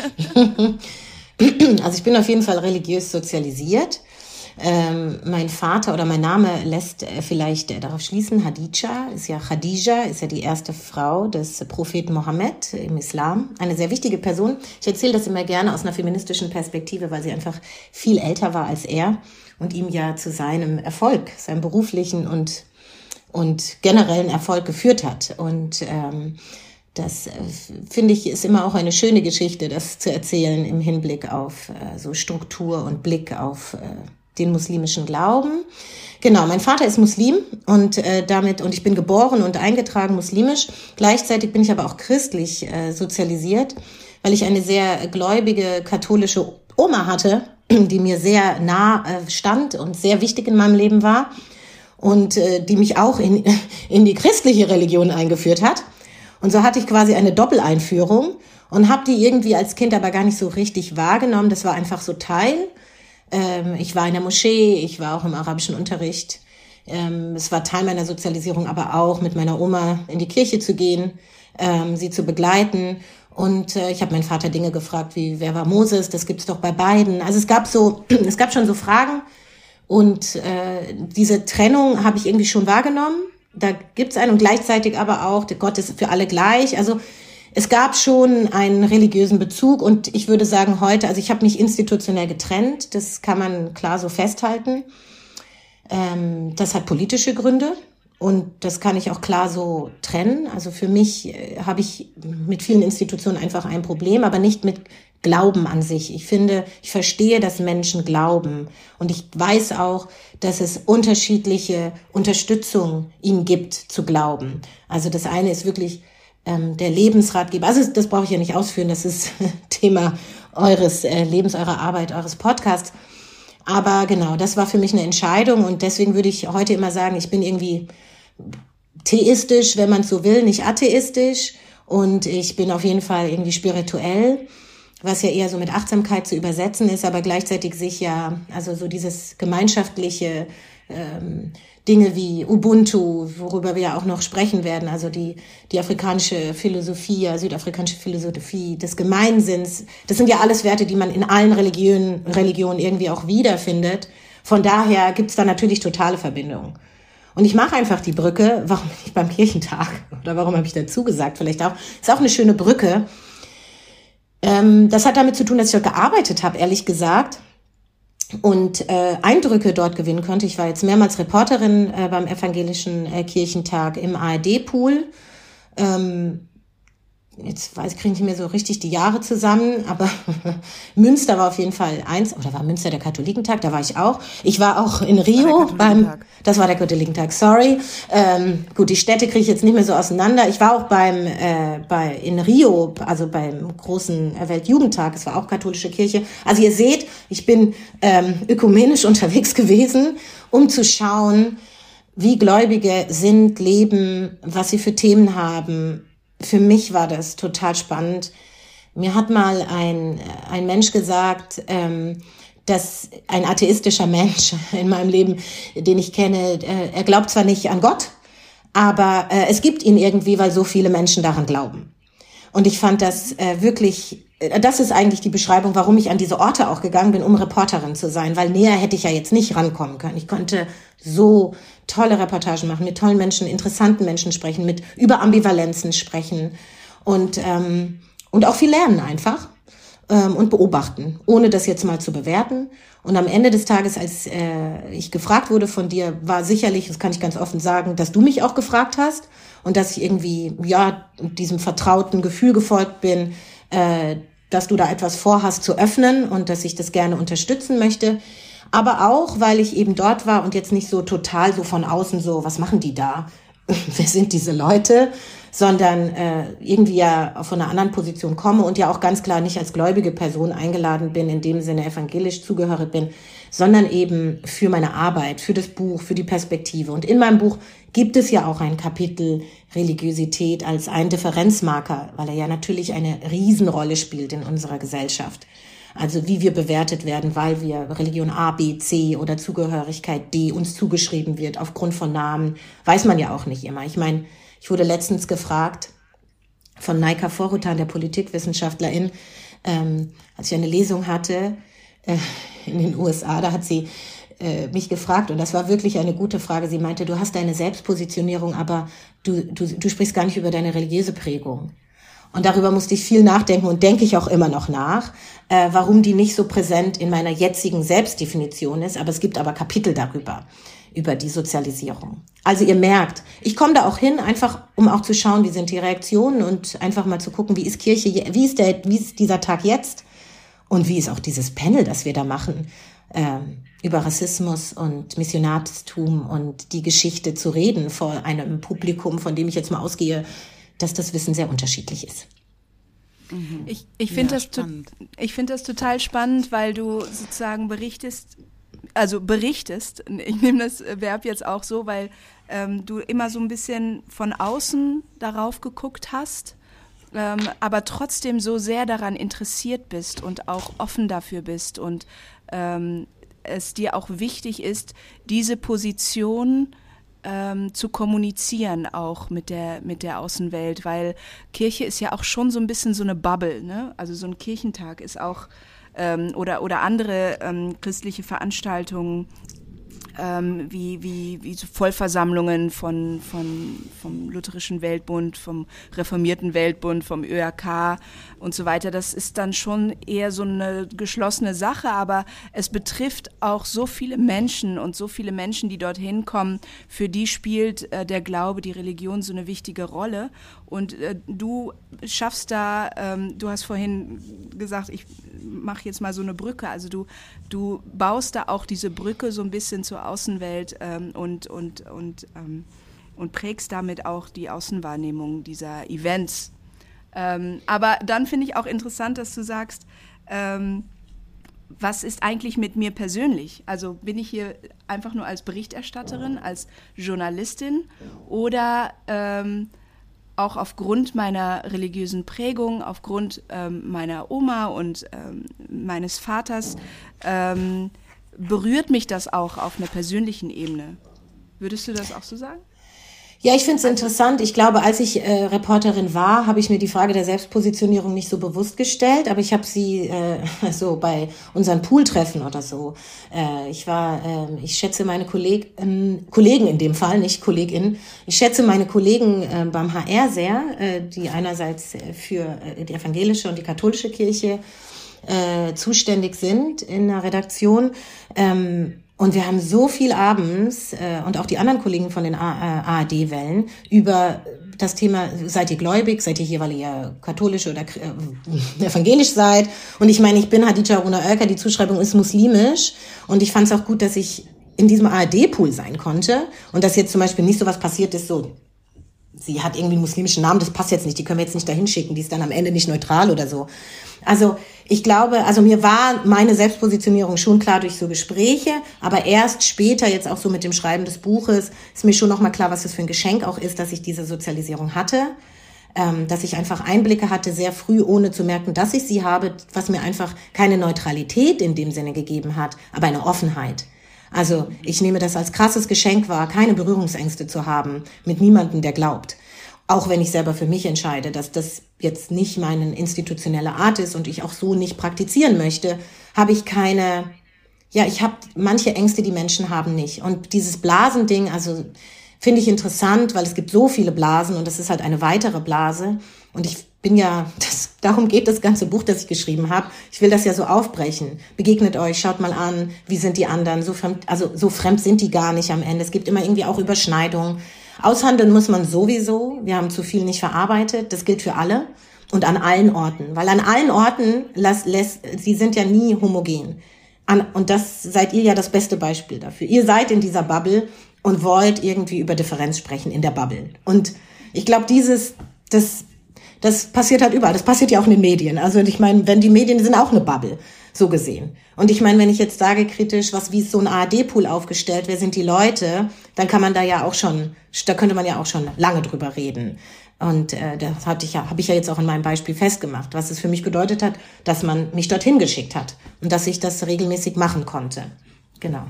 Also ich bin auf jeden Fall religiös sozialisiert. Ähm, mein Vater oder mein Name lässt äh, vielleicht äh, darauf schließen, Hadija ist ja Khadija, ist ja die erste Frau des Propheten Mohammed im Islam. Eine sehr wichtige Person. Ich erzähle das immer gerne aus einer feministischen Perspektive, weil sie einfach viel älter war als er und ihm ja zu seinem Erfolg, seinem beruflichen und, und generellen Erfolg geführt hat. Und ähm, das, äh, finde ich, ist immer auch eine schöne Geschichte, das zu erzählen im Hinblick auf äh, so Struktur und Blick auf äh, den muslimischen Glauben. Genau, mein Vater ist Muslim und äh, damit und ich bin geboren und eingetragen muslimisch. Gleichzeitig bin ich aber auch christlich äh, sozialisiert, weil ich eine sehr gläubige katholische Oma hatte, die mir sehr nah äh, stand und sehr wichtig in meinem Leben war und äh, die mich auch in in die christliche Religion eingeführt hat. Und so hatte ich quasi eine Doppeleinführung und habe die irgendwie als Kind aber gar nicht so richtig wahrgenommen. Das war einfach so Teil. Ich war in der Moschee, ich war auch im arabischen Unterricht. Es war Teil meiner Sozialisierung, aber auch mit meiner Oma in die Kirche zu gehen, sie zu begleiten. Und ich habe meinen Vater Dinge gefragt, wie wer war Moses? Das gibt's doch bei beiden. Also es gab so, es gab schon so Fragen. Und äh, diese Trennung habe ich irgendwie schon wahrgenommen. Da gibt's einen und gleichzeitig aber auch, der Gott ist für alle gleich. Also es gab schon einen religiösen Bezug und ich würde sagen heute, also ich habe mich institutionell getrennt, das kann man klar so festhalten. Ähm, das hat politische Gründe und das kann ich auch klar so trennen. Also für mich äh, habe ich mit vielen Institutionen einfach ein Problem, aber nicht mit Glauben an sich. Ich finde, ich verstehe, dass Menschen glauben und ich weiß auch, dass es unterschiedliche Unterstützung ihnen gibt zu glauben. Also das eine ist wirklich ähm, der Lebensratgeber. Also das brauche ich ja nicht ausführen, das ist Thema eures äh, Lebens, eurer Arbeit, eures Podcasts. Aber genau, das war für mich eine Entscheidung und deswegen würde ich heute immer sagen, ich bin irgendwie theistisch, wenn man so will, nicht atheistisch und ich bin auf jeden Fall irgendwie spirituell, was ja eher so mit Achtsamkeit zu übersetzen ist, aber gleichzeitig sich ja, also so dieses gemeinschaftliche ähm, Dinge wie Ubuntu, worüber wir ja auch noch sprechen werden, also die die afrikanische Philosophie, ja, südafrikanische Philosophie des Gemeinsinns, das sind ja alles Werte, die man in allen Religionen, Religionen irgendwie auch wiederfindet. Von daher gibt's da natürlich totale Verbindungen. Und ich mache einfach die Brücke, warum bin ich beim Kirchentag oder warum habe ich dazu gesagt, vielleicht auch, ist auch eine schöne Brücke. Ähm, das hat damit zu tun, dass ich dort gearbeitet habe, ehrlich gesagt, und äh, Eindrücke dort gewinnen konnte. Ich war jetzt mehrmals Reporterin äh, beim Evangelischen äh, Kirchentag im A R D-Pool. Ähm, jetzt weiß ich, kriege ich nicht mehr so richtig die Jahre zusammen, aber Münster war auf jeden Fall eins, oder war Münster der Katholikentag, da war ich auch. Ich war auch in Rio beim, das war der Katholikentag, sorry. Ähm, gut, die Städte kriege ich jetzt nicht mehr so auseinander. Ich war auch beim, äh, bei, in Rio, also beim großen Weltjugendtag, es war auch katholische Kirche. Also ihr seht, ich bin ähm, ökumenisch unterwegs gewesen, um zu schauen, wie Gläubige sind, leben, was sie für Themen haben. Für mich war das total spannend. Mir hat mal ein, ein Mensch gesagt, ähm, dass ein atheistischer Mensch in meinem Leben, den ich kenne, äh, er glaubt zwar nicht an Gott, aber äh, es gibt ihn irgendwie, weil so viele Menschen daran glauben. Und ich fand das äh, wirklich, äh, das ist eigentlich die Beschreibung, warum ich an diese Orte auch gegangen bin, um Reporterin zu sein, weil näher hätte ich ja jetzt nicht rankommen können. Ich konnte so tolle Reportagen machen, mit tollen Menschen, interessanten Menschen sprechen, mit über Ambivalenzen sprechen und ähm, und auch viel lernen einfach ähm, und beobachten, ohne das jetzt mal zu bewerten. Und am Ende des Tages, als äh, ich gefragt wurde von dir, war sicherlich, das kann ich ganz offen sagen, dass du mich auch gefragt hast und dass ich irgendwie ja diesem vertrauten Gefühl gefolgt bin, äh, dass du da etwas vorhast zu öffnen und dass ich das gerne unterstützen möchte. Aber auch, weil ich eben dort war und jetzt nicht so total so von außen so, was machen die da? Wer sind diese Leute? Sondern äh, irgendwie ja von einer anderen Position komme und ja auch ganz klar nicht als gläubige Person eingeladen bin, in dem Sinne evangelisch zugehörig bin, sondern eben für meine Arbeit, für das Buch, für die Perspektive. Und in meinem Buch gibt es ja auch ein Kapitel Religiosität als ein Differenzmarker, weil er ja natürlich eine Riesenrolle spielt in unserer Gesellschaft. Also wie wir bewertet werden, weil wir Religion A, B, C oder Zugehörigkeit D uns zugeschrieben wird aufgrund von Namen, weiß man ja auch nicht immer. Ich meine, ich wurde letztens gefragt von Naika Forutan, der Politikwissenschaftlerin, ähm, als ich eine Lesung hatte äh, in den U S A, da hat sie äh, mich gefragt und das war wirklich eine gute Frage. Sie meinte, du hast deine Selbstpositionierung, aber du, du, du sprichst gar nicht über deine religiöse Prägung. Und darüber musste ich viel nachdenken und denke ich auch immer noch nach, äh, warum die nicht so präsent in meiner jetzigen Selbstdefinition ist. Aber es gibt aber Kapitel darüber, über die Sozialisierung. Also ihr merkt, ich komme da auch hin, einfach um auch zu schauen, wie sind die Reaktionen und einfach mal zu gucken, wie ist Kirche, wie ist der, wie ist dieser Tag jetzt und wie ist auch dieses Panel, das wir da machen, äh, über Rassismus und Missionarstum und die Geschichte zu reden vor einem Publikum, von dem ich jetzt mal ausgehe, dass das Wissen sehr unterschiedlich ist. Ich, ich finde Ja, das, to- ich find das total spannend, weil du sozusagen berichtest, also berichtest, ich nehme das Verb jetzt auch so, weil ähm, du immer so ein bisschen von außen darauf geguckt hast, ähm, aber trotzdem so sehr daran interessiert bist und auch offen dafür bist und ähm, es dir auch wichtig ist, diese Position Ähm, zu kommunizieren auch mit der mit der Außenwelt, weil Kirche ist ja auch schon so ein bisschen so eine Bubble, ne? Also so ein Kirchentag ist auch ähm, oder oder andere ähm, christliche Veranstaltungen ähm, wie wie wie so Vollversammlungen von von vom Lutherischen Weltbund, vom Reformierten Weltbund, vom Ö R K und so weiter. Das ist dann schon eher so eine geschlossene Sache, aber es betrifft auch so viele Menschen und so viele Menschen, die dorthin kommen, für die spielt äh, der Glaube, die Religion so eine wichtige Rolle. Und äh, du schaffst da, ähm, du hast vorhin gesagt, ich mache jetzt mal so eine Brücke, also du, du baust da auch diese Brücke so ein bisschen zur Außenwelt ähm, und, und, und, ähm, und prägst damit auch die Außenwahrnehmung dieser Events. Ähm, aber dann finde ich auch interessant, dass du sagst, ähm, was ist eigentlich mit mir persönlich? Also bin ich hier einfach nur als Berichterstatterin, als Journalistin oder ähm, auch aufgrund meiner religiösen Prägung, aufgrund ähm, meiner Oma und ähm, meines Vaters, ähm, berührt mich das auch auf einer persönlichen Ebene. Würdest du das auch so sagen? Ja, ich finde es interessant. Ich glaube, als ich äh, Reporterin war, habe ich mir die Frage der Selbstpositionierung nicht so bewusst gestellt, aber ich habe sie äh, so bei unseren Pooltreffen oder so. Äh, ich war, äh, ich schätze meine Kolleg, äh, Kollegen in dem Fall, nicht KollegInnen. Ich schätze meine Kollegen äh, beim H R sehr, äh, die einerseits für äh, die evangelische und die katholische Kirche äh, zuständig sind in der Redaktion. Ähm, Und wir haben so viel abends äh, und auch die anderen Kollegen von den A R D-Wellen über das Thema, seid ihr gläubig, seid ihr hier, weil ihr katholisch oder äh, evangelisch seid. Und ich meine, ich bin Hadija Runa Oelker, die Zuschreibung ist muslimisch. Und ich fand es auch gut, dass ich in diesem A R D-Pool sein konnte. Und dass jetzt zum Beispiel nicht so was passiert ist, so, sie hat irgendwie einen muslimischen Namen, das passt jetzt nicht, die können wir jetzt nicht dahin schicken, die ist dann am Ende nicht neutral oder so. Also ich glaube, also mir war meine Selbstpositionierung schon klar durch so Gespräche, aber erst später, jetzt auch so mit dem Schreiben des Buches, ist mir schon nochmal klar, was das für ein Geschenk auch ist, dass ich diese Sozialisierung hatte, ähm, dass ich einfach Einblicke hatte, sehr früh, ohne zu merken, dass ich sie habe, was mir einfach keine Neutralität in dem Sinne gegeben hat, aber eine Offenheit. Also ich nehme das als krasses Geschenk wahr, keine Berührungsängste zu haben mit niemandem, der glaubt. Auch wenn ich selber für mich entscheide, dass das jetzt nicht meine institutionelle Art ist und ich auch so nicht praktizieren möchte, habe ich keine, ja, ich habe manche Ängste, die Menschen haben, nicht. Und dieses Blasending, also finde ich interessant, weil es gibt so viele Blasen und das ist halt eine weitere Blase. Und ich bin ja, das, darum geht das ganze Buch, das ich geschrieben habe. Ich will das ja so aufbrechen. Begegnet euch, schaut mal an, wie sind die anderen. So fremd, also so fremd sind die gar nicht am Ende. Es gibt immer irgendwie auch Überschneidungen. Aushandeln muss man sowieso. Wir haben zu viel nicht verarbeitet. Das gilt für alle und an allen Orten. Weil an allen Orten, lässt, lässt, sie sind ja nie homogen. An, und das seid ihr ja das beste Beispiel dafür. Ihr seid in dieser Bubble und wollt irgendwie über Differenz sprechen in der Bubble. Und ich glaube, dieses, das, das passiert halt überall. Das passiert ja auch in den Medien. Also ich meine, wenn die Medien sind auch eine Bubble, so gesehen. Und ich meine, wenn ich jetzt sage kritisch, was wie ist so ein A R D-Pool aufgestellt, wer sind die Leute, dann kann man da ja auch schon, da könnte man ja auch schon lange drüber reden. Und äh, das hatte ich ja, habe ich ja jetzt auch in meinem Beispiel festgemacht, was es für mich bedeutet hat, dass man mich dorthin geschickt hat und dass ich das regelmäßig machen konnte. Genau.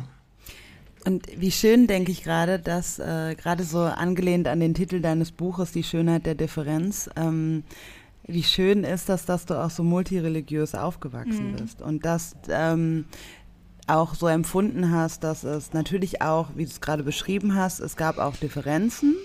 Und wie schön, denke ich gerade, dass äh, gerade so angelehnt an den Titel deines Buches, Die Schönheit der Differenz, ähm, wie schön ist das, dass du auch so multireligiös aufgewachsen mhm. bist und dass ähm, auch so empfunden hast, dass es natürlich auch, wie du es gerade beschrieben hast, es gab auch Differenzen,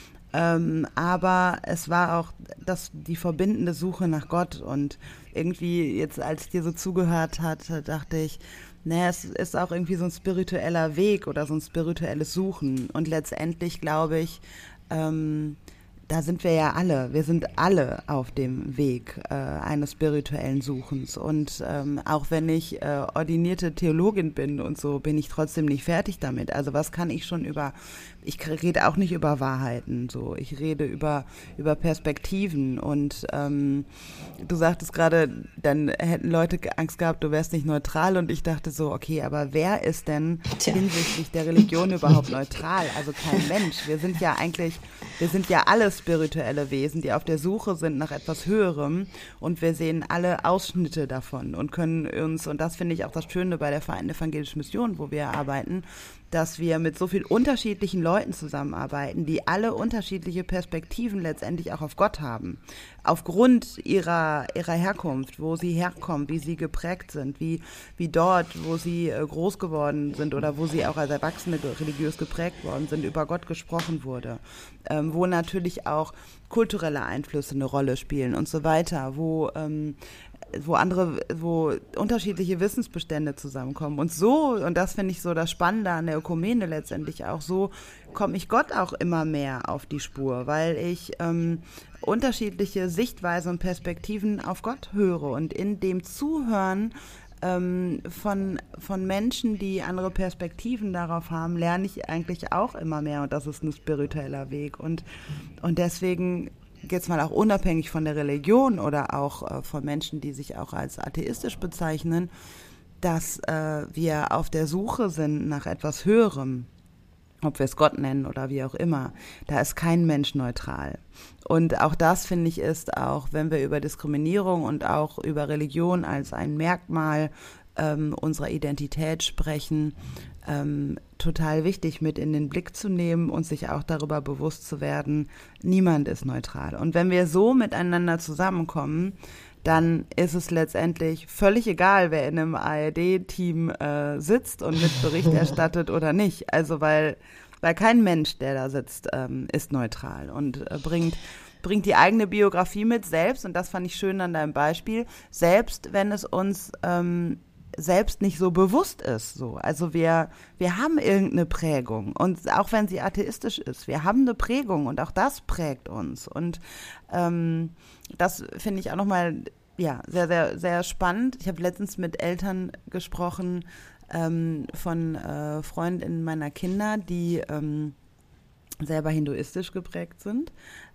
ähm, aber es war auch das, die verbindende Suche nach Gott. Und irgendwie jetzt, als ich dir so zugehört hatte, dachte ich, naja, es ist auch irgendwie so ein spiritueller Weg oder so ein spirituelles Suchen. Und letztendlich glaube ich, ähm, da sind wir ja alle, wir sind alle auf dem Weg äh, eines spirituellen Suchens. Und ähm, auch wenn ich äh, ordinierte Theologin bin und so, bin ich trotzdem nicht fertig damit. Also was kann ich schon über, ich rede auch nicht über Wahrheiten, so. Ich rede über, über Perspektiven. Und ähm, du sagtest gerade, dann hätten Leute Angst gehabt, du wärst nicht neutral. Und ich dachte so, okay, aber wer ist denn Tja. hinsichtlich der Religion überhaupt neutral? Also kein Mensch. Wir sind ja eigentlich, wir sind ja alle spirituelle Wesen, die auf der Suche sind nach etwas Höherem, und wir sehen alle Ausschnitte davon und können uns, und das finde ich auch das Schöne bei der Vereinten Evangelischen Mission, wo wir arbeiten, dass wir mit so vielen unterschiedlichen Leuten zusammenarbeiten, die alle unterschiedliche Perspektiven letztendlich auch auf Gott haben. Aufgrund ihrer, ihrer Herkunft, wo sie herkommen, wie sie geprägt sind, wie, wie dort, wo sie groß geworden sind oder wo sie auch als Erwachsene religiös geprägt worden sind, über Gott gesprochen wurde. Ähm, wo natürlich auch kulturelle Einflüsse eine Rolle spielen und so weiter, wo ähm, wo andere, wo unterschiedliche Wissensbestände zusammenkommen. Und so, und das finde ich so das Spannende an der Ökumene letztendlich auch, so komme ich Gott auch immer mehr auf die Spur, weil ich ähm, unterschiedliche Sichtweisen und Perspektiven auf Gott höre. Und in dem Zuhören ähm, von, von Menschen, die andere Perspektiven darauf haben, lerne ich eigentlich auch immer mehr. Und das ist ein spiritueller Weg. Und, und deswegen jetzt mal auch unabhängig von der Religion oder auch äh, von Menschen, die sich auch als atheistisch bezeichnen, dass äh, wir auf der Suche sind nach etwas Höherem, ob wir es Gott nennen oder wie auch immer. Da ist kein Mensch neutral. Und auch das, finde ich, ist auch, wenn wir über Diskriminierung und auch über Religion als ein Merkmal ähm, unserer Identität sprechen, Ähm, total wichtig mit in den Blick zu nehmen und sich auch darüber bewusst zu werden, niemand ist neutral. Und wenn wir so miteinander zusammenkommen, dann ist es letztendlich völlig egal, wer in einem A R D-Team äh, sitzt und mit Bericht erstattet oder nicht. Also weil, weil kein Mensch, der da sitzt, ähm, ist neutral und äh, bringt bringt die eigene Biografie mit, selbst, und das fand ich schön an deinem Beispiel, selbst wenn es uns ähm, selbst nicht so bewusst ist. So. Also wir, wir haben irgendeine Prägung und auch wenn sie atheistisch ist, wir haben eine Prägung und auch das prägt uns. Und ähm, das finde ich auch nochmal ja, sehr, sehr, sehr spannend. Ich habe letztens mit Eltern gesprochen ähm, von äh, Freundinnen meiner Kinder, die ähm, selber hinduistisch geprägt sind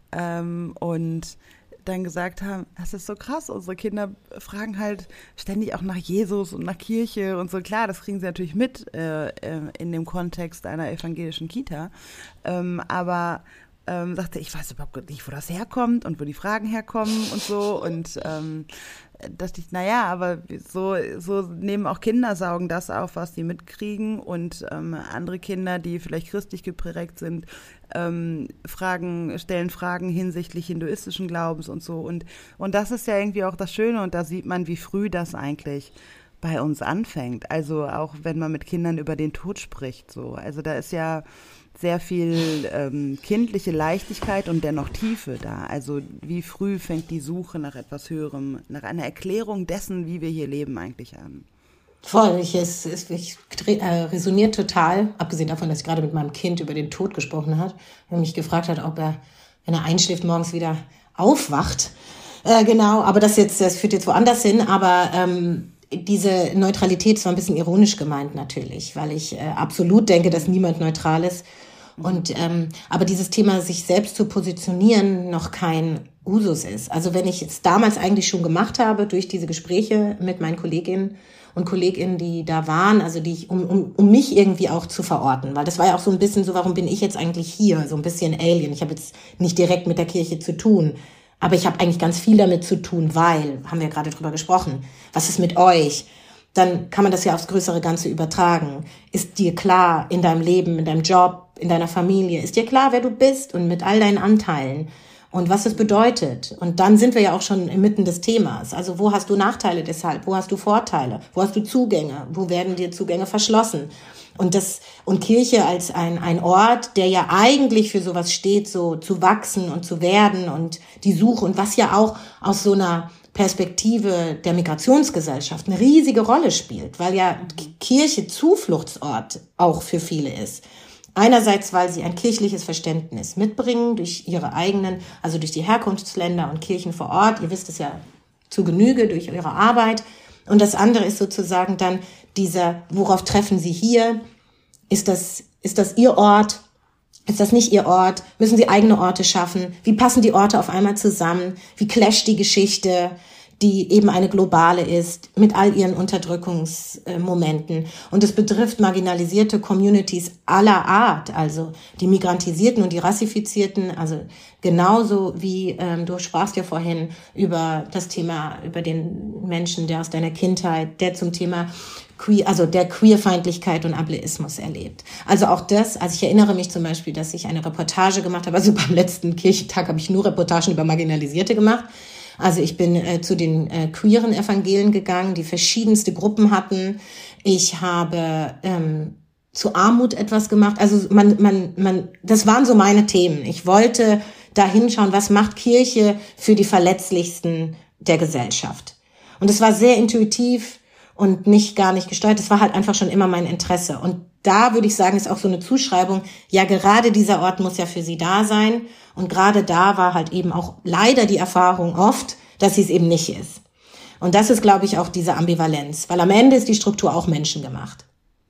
ähm, und dann gesagt haben, das ist so krass, unsere Kinder fragen halt ständig auch nach Jesus und nach Kirche und so. Klar, das kriegen sie natürlich mit äh, in dem Kontext einer evangelischen Kita, ähm, aber ähm, sagte, ich weiß überhaupt nicht, wo das herkommt und wo die Fragen herkommen und so und ähm, dachte ich, naja, aber so, so nehmen auch Kinder, saugen das auf, was sie mitkriegen und ähm, andere Kinder, die vielleicht christlich geprägt sind, ähm, Fragen, stellen Fragen hinsichtlich hinduistischen Glaubens und so und, und das ist ja irgendwie auch das Schöne und da sieht man, wie früh das eigentlich bei uns anfängt, also auch wenn man mit Kindern über den Tod spricht, so, also da ist ja sehr viel ähm, kindliche Leichtigkeit und dennoch Tiefe da. Also wie früh fängt die Suche nach etwas Höherem, nach einer Erklärung dessen, wie wir hier leben, eigentlich an? Voll, ich, es, es ich, äh, resoniert total, abgesehen davon, dass ich gerade mit meinem Kind über den Tod gesprochen habe, er mich gefragt hat, ob er, wenn er einschläft, morgens wieder aufwacht. Äh, genau, aber das jetzt, das führt jetzt woanders hin, aber ähm, diese Neutralität ist zwar ein bisschen ironisch gemeint natürlich, weil ich äh, absolut denke, dass niemand neutral ist. Und ähm, aber dieses Thema, sich selbst zu positionieren, noch kein Usus ist. Also wenn ich es damals eigentlich schon gemacht habe, durch diese Gespräche mit meinen Kolleginnen und Kolleginnen, die da waren, also die ich, um, um, um mich irgendwie auch zu verorten, weil das war ja auch so ein bisschen so, warum bin ich jetzt eigentlich hier? So ein bisschen Alien. Ich habe jetzt nicht direkt mit der Kirche zu tun, aber ich habe eigentlich ganz viel damit zu tun, weil, haben wir ja gerade drüber gesprochen, was ist mit euch? Dann kann man das ja aufs größere Ganze übertragen. Ist dir klar in deinem Leben, in deinem Job, in deiner Familie, ist dir klar, wer du bist und mit all deinen Anteilen und was es bedeutet? Und dann sind wir ja auch schon inmitten des Themas. Also wo hast du Nachteile deshalb? Wo hast du Vorteile? Wo hast du Zugänge? Wo werden dir Zugänge verschlossen? Und das, und Kirche als ein, ein Ort, der ja eigentlich für sowas steht, so zu wachsen und zu werden und die Suche und was ja auch aus so einer Perspektive der Migrationsgesellschaft eine riesige Rolle spielt, weil ja Kirche Zufluchtsort auch für viele ist. Einerseits, weil sie ein kirchliches Verständnis mitbringen durch ihre eigenen, also durch die Herkunftsländer und Kirchen vor Ort. Ihr wisst es ja zu Genüge durch eure Arbeit. Und das andere ist sozusagen dann dieser, worauf treffen sie hier? Ist das, ist das ihr Ort? Ist das nicht ihr Ort? Müssen sie eigene Orte schaffen? Wie passen die Orte auf einmal zusammen? Wie clasht die Geschichte, die eben eine globale ist, mit all ihren Unterdrückungsmomenten? Und es betrifft marginalisierte Communities aller Art, also die Migrantisierten und die Rassifizierten, also genauso wie, ähm, du sprachst ja vorhin über das Thema, über den Menschen, der aus deiner Kindheit, der zum Thema Queer, also der Queerfeindlichkeit und Ableismus erlebt. Also auch das, also ich erinnere mich zum Beispiel, dass ich eine Reportage gemacht habe, also beim letzten Kirchentag habe ich nur Reportagen über Marginalisierte gemacht. Also ich bin äh, zu den äh, queeren Evangelien gegangen, die verschiedenste Gruppen hatten. Ich habe ähm, zu Armut etwas gemacht. Also man, man, man, das waren so meine Themen. Ich wollte da hinschauen, was macht Kirche für die Verletzlichsten der Gesellschaft. Und es war sehr intuitiv und nicht gar nicht gesteuert. Es war halt einfach schon immer mein Interesse. Und da würde ich sagen, ist auch so eine Zuschreibung, ja, gerade dieser Ort muss ja für sie da sein. Und gerade da war halt eben auch leider die Erfahrung oft, dass sie es eben nicht ist. Und das ist, glaube ich, auch diese Ambivalenz. Weil am Ende ist die Struktur auch menschengemacht.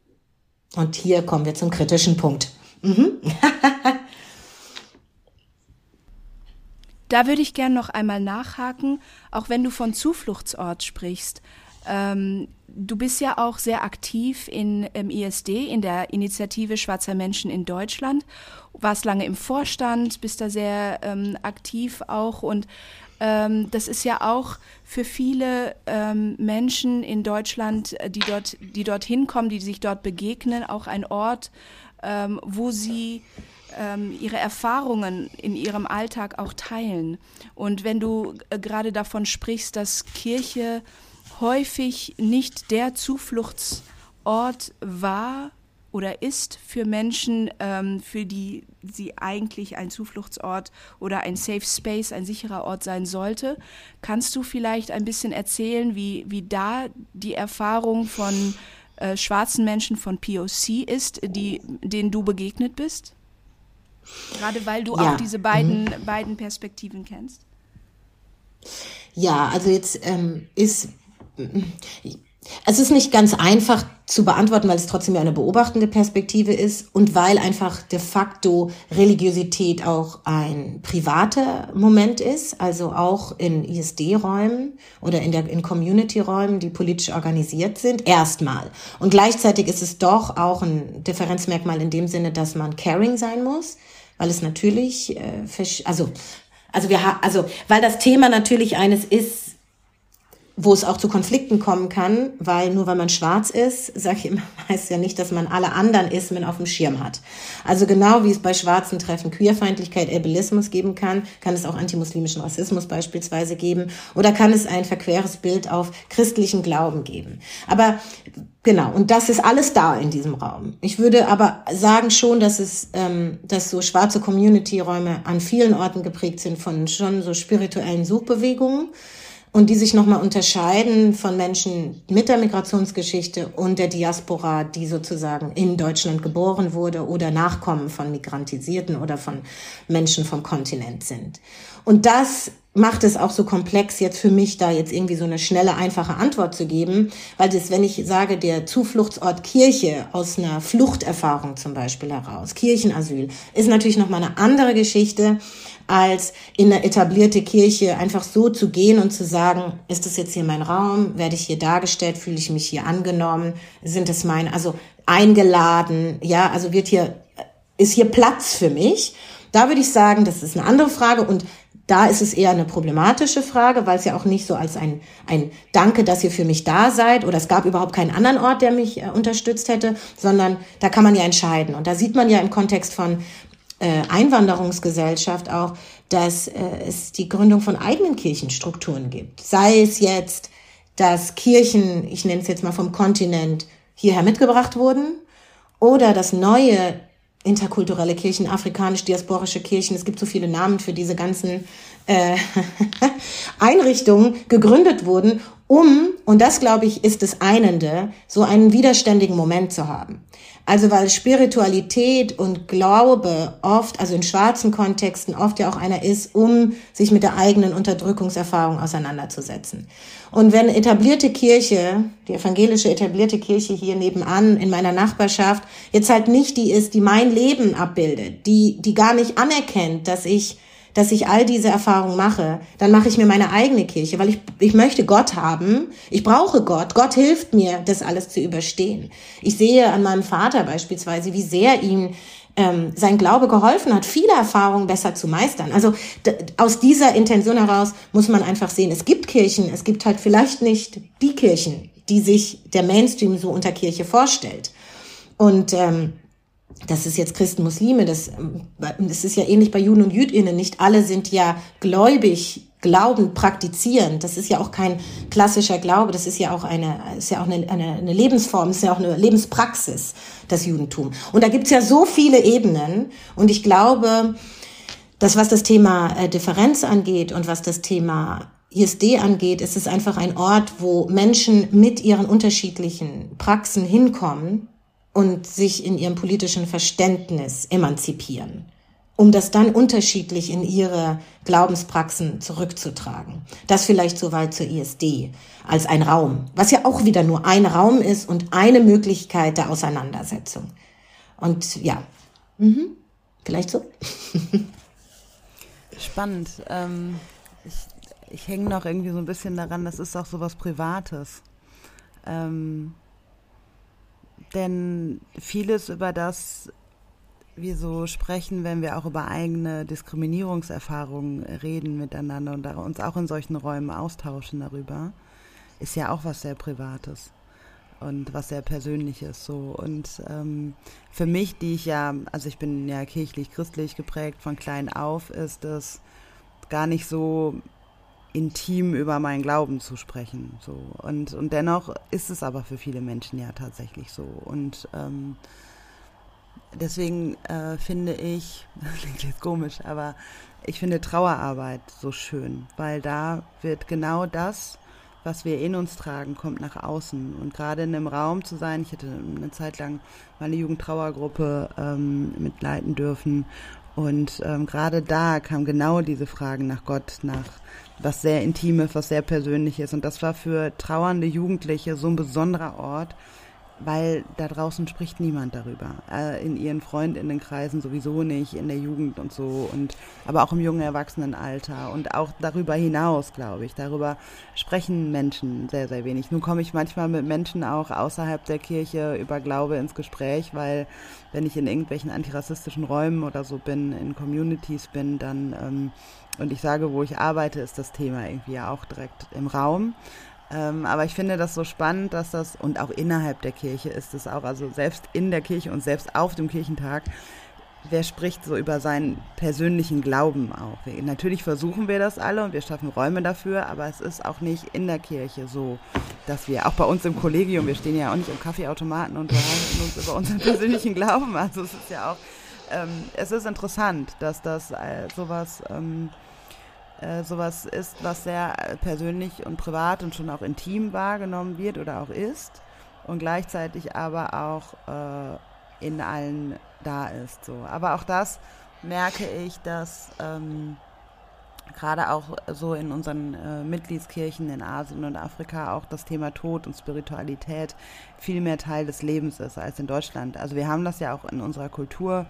Und hier kommen wir zum kritischen Punkt. Mhm. Da würde ich gerne noch einmal nachhaken, auch wenn du von Zufluchtsort sprichst. Ähm, du bist ja auch sehr aktiv in, im I S D, in der Initiative Schwarzer Menschen in Deutschland, warst lange im Vorstand, bist da sehr ähm, aktiv auch und ähm, das ist ja auch für viele ähm, Menschen in Deutschland, die dort, die dorthin kommen, die sich dort begegnen, auch ein Ort, ähm, wo sie ähm, ihre Erfahrungen in ihrem Alltag auch teilen. Und wenn du äh, gerade davon sprichst, dass Kirche häufig nicht der Zufluchtsort war oder ist für Menschen, ähm, für die sie eigentlich ein Zufluchtsort oder ein Safe Space, ein sicherer Ort sein sollte. Kannst du vielleicht ein bisschen erzählen, wie, wie da die Erfahrung von äh, schwarzen Menschen von P O C ist, die, denen du begegnet bist? Gerade weil du ja. auch diese beiden, mhm. beiden Perspektiven kennst. Ja, also jetzt ähm, ist... Es ist nicht ganz einfach zu beantworten, weil es trotzdem ja eine beobachtende Perspektive ist und weil einfach de facto Religiosität auch ein privater Moment ist, also auch in I S D-Räumen oder in der in Community-Räumen, die politisch organisiert sind, erstmal. Und gleichzeitig ist es doch auch ein Differenzmerkmal in dem Sinne, dass man caring sein muss, weil es natürlich, äh, also, also wir ha- also, weil das Thema natürlich eines ist, wo es auch zu Konflikten kommen kann, weil nur weil man schwarz ist, sage ich immer, heißt ja nicht, dass man alle anderen Ismen auf dem Schirm hat. Also genau wie es bei schwarzen Treffen Queerfeindlichkeit, Ableismus geben kann, kann es auch antimuslimischen Rassismus beispielsweise geben oder kann es ein verqueres Bild auf christlichen Glauben geben. Aber genau, und das ist alles da in diesem Raum. Ich würde aber sagen schon, dass es, ähm, dass so schwarze Community-Räume an vielen Orten geprägt sind von schon so spirituellen Suchbewegungen, und die sich nochmal unterscheiden von Menschen mit der Migrationsgeschichte und der Diaspora, die sozusagen in Deutschland geboren wurde oder Nachkommen von Migrantisierten oder von Menschen vom Kontinent sind. Und das macht es auch so komplex jetzt für mich, da jetzt irgendwie so eine schnelle, einfache Antwort zu geben, weil das, wenn ich sage, der Zufluchtsort Kirche aus einer Fluchterfahrung zum Beispiel heraus, Kirchenasyl, ist natürlich nochmal eine andere Geschichte, als in eine etablierte Kirche einfach so zu gehen und zu sagen, ist das jetzt hier mein Raum, werde ich hier dargestellt, fühle ich mich hier angenommen, sind es meine, also eingeladen, ja, also wird hier, ist hier Platz für mich? Da würde ich sagen, das ist eine andere Frage und da ist es eher eine problematische Frage, weil es ja auch nicht so als ein, ein Danke, dass ihr für mich da seid oder es gab überhaupt keinen anderen Ort, der mich äh, unterstützt hätte, sondern da kann man ja entscheiden. Und da sieht man ja im Kontext von äh, Einwanderungsgesellschaft auch, dass äh, es die Gründung von eigenen Kirchenstrukturen gibt. Sei es jetzt, dass Kirchen, ich nenne es jetzt mal vom Kontinent, hierher mitgebracht wurden oder dass neue interkulturelle Kirchen, afrikanisch-diasporische Kirchen, es gibt so viele Namen für diese ganzen äh, Einrichtungen, gegründet wurden, um, und das glaube ich ist das Einende, so einen widerständigen Moment zu haben. Also weil Spiritualität und Glaube oft, also in schwarzen Kontexten, oft ja auch einer ist, um sich mit der eigenen Unterdrückungserfahrung auseinanderzusetzen. Und wenn etablierte Kirche, die evangelische etablierte Kirche hier nebenan in meiner Nachbarschaft, jetzt halt nicht die ist, die mein Leben abbildet, die, die gar nicht anerkennt, dass ich dass ich all diese Erfahrungen mache, dann mache ich mir meine eigene Kirche, weil ich, ich möchte Gott haben, ich brauche Gott, Gott hilft mir, das alles zu überstehen. Ich sehe an meinem Vater beispielsweise, wie sehr ihm ähm, sein Glaube geholfen hat, viele Erfahrungen besser zu meistern. Also d- aus dieser Intention heraus muss man einfach sehen, es gibt Kirchen, es gibt halt vielleicht nicht die Kirchen, die sich der Mainstream so unter Kirche vorstellt. Und ähm, das ist jetzt Christen, Muslime, das, das ist ja ähnlich bei Juden und Jüdinnen. Nicht alle sind ja gläubig, glaubend, praktizierend. Das ist ja auch kein klassischer Glaube, das ist ja auch eine, ist ja auch eine, eine, eine Lebensform, ist ja auch eine Lebenspraxis, das Judentum. Und da gibt's ja so viele Ebenen. Und ich glaube, dass was das Thema äh, Differenz angeht und was das Thema I S D angeht, ist es einfach ein Ort, wo Menschen mit ihren unterschiedlichen Praxen hinkommen und sich in ihrem politischen Verständnis emanzipieren, um das dann unterschiedlich in ihre Glaubenspraxen zurückzutragen. Das vielleicht soweit zur I S D als ein Raum, was ja auch wieder nur ein Raum ist und eine Möglichkeit der Auseinandersetzung. Und ja, mhm. vielleicht so. Spannend. Ähm, ich ich hänge noch irgendwie so ein bisschen daran, das ist auch so was Privates. Ähm, Denn vieles, über das wir so sprechen, wenn wir auch über eigene Diskriminierungserfahrungen reden miteinander und uns auch in solchen Räumen austauschen darüber, ist ja auch was sehr Privates und was sehr Persönliches. So. Und ähm, für mich, die ich ja, also ich bin ja kirchlich-christlich geprägt von klein auf, ist es gar nicht so intim über meinen Glauben zu sprechen. So. Und, und dennoch ist es aber für viele Menschen ja tatsächlich so. Und ähm, deswegen äh, finde ich, das klingt jetzt komisch, aber ich finde Trauerarbeit so schön, weil da wird genau das, was wir in uns tragen, kommt nach außen. Und gerade in einem Raum zu sein, ich hatte eine Zeit lang meine Jugendtrauergruppe ähm, mitleiten dürfen. Und ähm, gerade da kam genau diese Fragen nach Gott, nach was sehr Intimes, was sehr Persönliches. Und das war für trauernde Jugendliche so ein besonderer Ort, weil da draußen spricht niemand darüber. Äh, in ihren Freundinnenkreisen sowieso nicht, in der Jugend und so, und aber auch im jungen Erwachsenenalter und auch darüber hinaus, glaube ich. Darüber sprechen Menschen sehr, sehr wenig. Nun komme ich manchmal mit Menschen auch außerhalb der Kirche über Glaube ins Gespräch, weil wenn ich in irgendwelchen antirassistischen Räumen oder so bin, in Communities bin, dann ähm, und ich sage, wo ich arbeite, ist das Thema irgendwie ja auch direkt im Raum. Ähm, aber ich finde das so spannend, dass das, und auch innerhalb der Kirche ist es auch, also selbst in der Kirche und selbst auf dem Kirchentag, wer spricht so über seinen persönlichen Glauben auch? Wir, natürlich versuchen wir das alle und wir schaffen Räume dafür, aber es ist auch nicht in der Kirche so, dass wir, auch bei uns im Kollegium, wir stehen ja auch nicht im Kaffeeautomaten und unterhalten uns über unseren persönlichen Glauben, also es ist ja auch, ähm, es ist interessant, dass das äh, sowas... Ähm, sowas ist, was sehr persönlich und privat und schon auch intim wahrgenommen wird oder auch ist und gleichzeitig aber auch äh, in allen da ist. So. Aber auch das merke ich, dass ähm, gerade auch so in unseren äh, Mitgliedskirchen in Asien und Afrika auch das Thema Tod und Spiritualität viel mehr Teil des Lebens ist als in Deutschland. Also wir haben das ja auch in unserer Kultur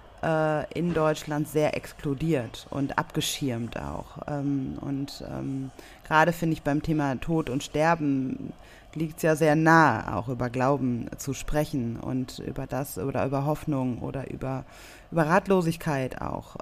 in Deutschland sehr exkludiert und abgeschirmt auch. Und ähm, gerade finde ich beim Thema Tod und Sterben liegt es ja sehr nah, auch über Glauben zu sprechen und über das oder über Hoffnung oder über, über Ratlosigkeit auch.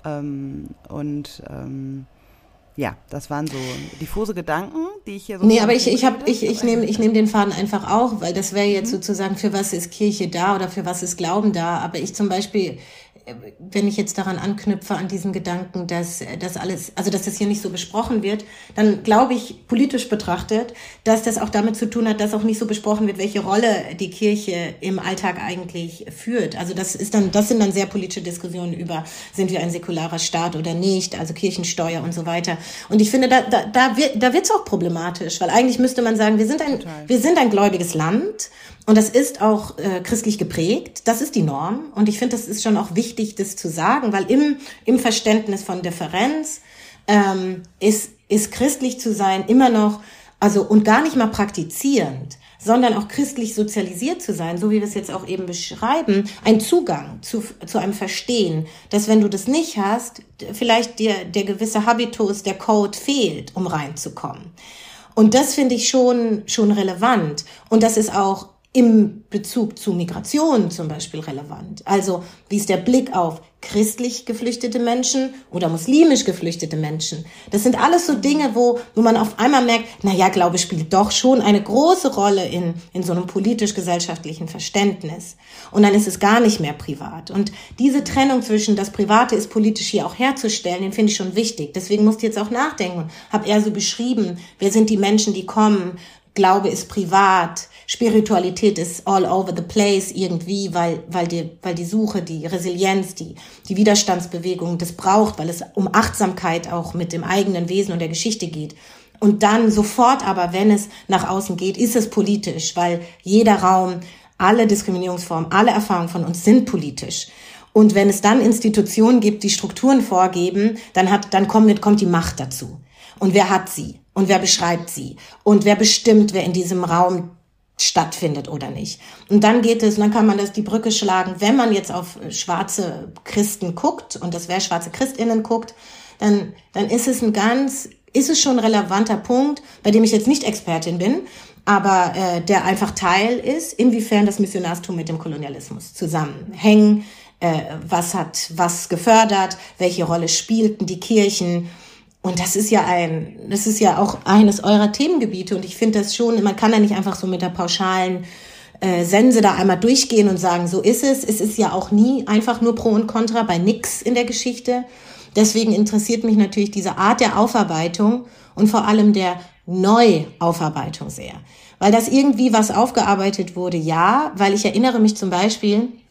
Und ähm, ja, das waren so diffuse Gedanken, die ich hier so... Nee, aber ich, ich, hab, ich, ich nehme ich nehm den Faden einfach auch, weil das wäre jetzt mhm. sozusagen, für was ist Kirche da oder für was ist Glauben da. Aber ich zum Beispiel, wenn ich jetzt daran anknüpfe, an diesen Gedanken, dass das alles, also dass das hier nicht so besprochen wird, dann glaube ich, politisch betrachtet, dass das auch damit zu tun hat, dass auch nicht so besprochen wird, welche Rolle die Kirche im Alltag eigentlich führt. Also das ist dann, das sind dann sehr politische Diskussionen über, sind wir ein säkularer Staat oder nicht, also Kirchensteuer und so weiter. Und ich finde, da, da, da wird, da wird's auch problematisch, weil eigentlich müsste man sagen, wir sind ein, Total. wir sind ein gläubiges Land. Und das ist auch äh, christlich geprägt, das ist die Norm. Und ich finde, das ist schon auch wichtig, das zu sagen, weil im, im Verständnis von Differenz ähm, ist, ist christlich zu sein immer noch, also und gar nicht mal praktizierend, sondern auch christlich sozialisiert zu sein, so wie wir es jetzt auch eben beschreiben, ein Zugang zu, zu einem Verstehen, dass wenn du das nicht hast, vielleicht dir der gewisse Habitus, der Code fehlt, um reinzukommen. Und das finde ich schon, schon relevant. Und das ist auch im Bezug zu Migration zum Beispiel relevant. Also wie ist der Blick auf christlich geflüchtete Menschen oder muslimisch geflüchtete Menschen? Das sind alles so Dinge, wo, wo man auf einmal merkt, na ja, Glaube spielt doch schon eine große Rolle in, in so einem politisch-gesellschaftlichen Verständnis. Und dann ist es gar nicht mehr privat. Und diese Trennung zwischen das Private ist politisch hier auch herzustellen, den finde ich schon wichtig. Deswegen musst du jetzt auch nachdenken. Hab eher so beschrieben, wer sind die Menschen, die kommen? Glaube ist privat, Spiritualität ist all over the place irgendwie, weil weil die weil die Suche, die Resilienz, die die Widerstandsbewegung das braucht, weil es um Achtsamkeit auch mit dem eigenen Wesen und der Geschichte geht. Und dann sofort aber, wenn es nach außen geht, ist es politisch, weil jeder Raum, alle Diskriminierungsformen, alle Erfahrungen von uns sind politisch. Und wenn es dann Institutionen gibt, die Strukturen vorgeben, dann hat dann kommt kommt die Macht dazu. Und wer hat sie? Und wer beschreibt sie? Und wer bestimmt, wer in diesem Raum stattfindet oder nicht? Und dann geht es, und dann kann man das die Brücke schlagen, wenn man jetzt auf schwarze Christen guckt, und das wäre schwarze ChristInnen guckt, dann, dann ist es ein ganz, ist es schon ein relevanter Punkt, bei dem ich jetzt nicht Expertin bin, aber äh, der einfach Teil ist, inwiefern das Missionarstum mit dem Kolonialismus zusammenhängen, äh, was hat was gefördert, welche Rolle spielten die Kirchen. Und das ist ja ein, das ist ja auch eines eurer Themengebiete. Und ich finde das schon, man kann da nicht einfach so mit der pauschalen äh, Sense da einmal durchgehen und sagen, so ist es. Es ist ja auch nie einfach nur Pro und Contra, bei nix in der Geschichte. Deswegen interessiert mich natürlich diese Art der Aufarbeitung und vor allem der Neuaufarbeitung sehr. Weil das irgendwie was aufgearbeitet wurde, ja, weil ich erinnere mich zum Beispiel,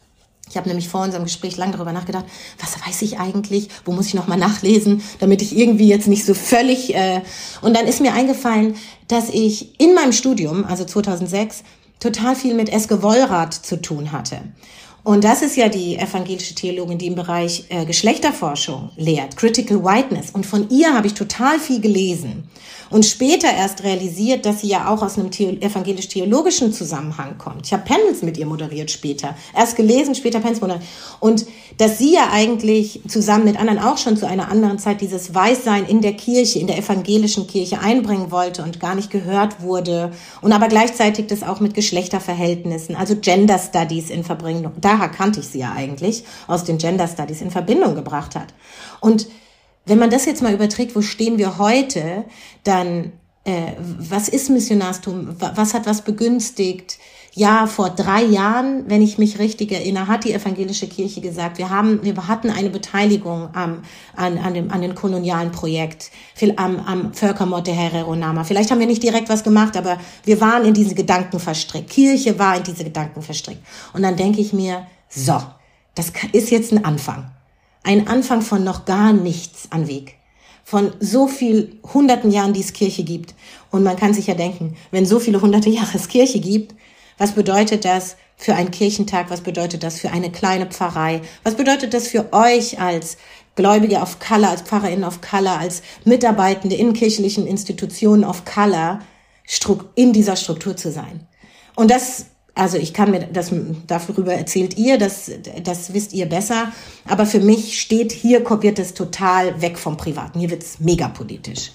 Ich habe nämlich vor unserem Gespräch lange darüber nachgedacht, was weiß ich eigentlich, wo muss ich nochmal nachlesen, damit ich irgendwie jetzt nicht so völlig... Äh und dann ist mir eingefallen, dass ich in meinem Studium, also zweitausendsechs, total viel mit Eske Wollrath zu tun hatte. Und das ist ja die evangelische Theologin, die im Bereich äh, Geschlechterforschung lehrt, Critical Whiteness. Und von ihr habe ich total viel gelesen. Und später erst realisiert, dass sie ja auch aus einem Theo- evangelisch-theologischen Zusammenhang kommt. Ich habe Panels mit ihr moderiert später. Erst gelesen, später Panels moderiert. Und dass sie ja eigentlich zusammen mit anderen auch schon zu einer anderen Zeit dieses Weißsein in der Kirche, in der evangelischen Kirche einbringen wollte und gar nicht gehört wurde. Und aber gleichzeitig das auch mit Geschlechterverhältnissen, also Gender Studies in Verbindung, daher kannte ich sie ja eigentlich, aus den Gender Studies in Verbindung gebracht hat. Und wenn man das jetzt mal überträgt, wo stehen wir heute, dann, äh, was ist Missionarstum? Was hat was begünstigt? Ja, vor drei Jahren, wenn ich mich richtig erinnere, hat die evangelische Kirche gesagt, wir haben, wir hatten eine Beteiligung am, an, an dem, an dem kolonialen Projekt, am, am Völkermord der Herero-Nama. Vielleicht haben wir nicht direkt was gemacht, aber wir waren in diese Gedanken verstrickt. Kirche war in diese Gedanken verstrickt. Und dann denke ich mir, so, das ist jetzt ein Anfang. Ein Anfang von noch gar nichts an Weg. Von so viel hunderten Jahren, die es Kirche gibt. Und man kann sich ja denken, wenn so viele hunderte Jahre es Kirche gibt, was bedeutet das für einen Kirchentag? Was bedeutet das für eine kleine Pfarrei? Was bedeutet das für euch als Gläubige of Color, als PfarrerInnen of Color, als Mitarbeitende in kirchlichen Institutionen of Color, in dieser Struktur zu sein? Und das Also ich kann mir das, darüber erzählt ihr, das, das wisst ihr besser. Aber für mich steht hier, wird es total weg vom Privaten. Hier wird es mega politisch.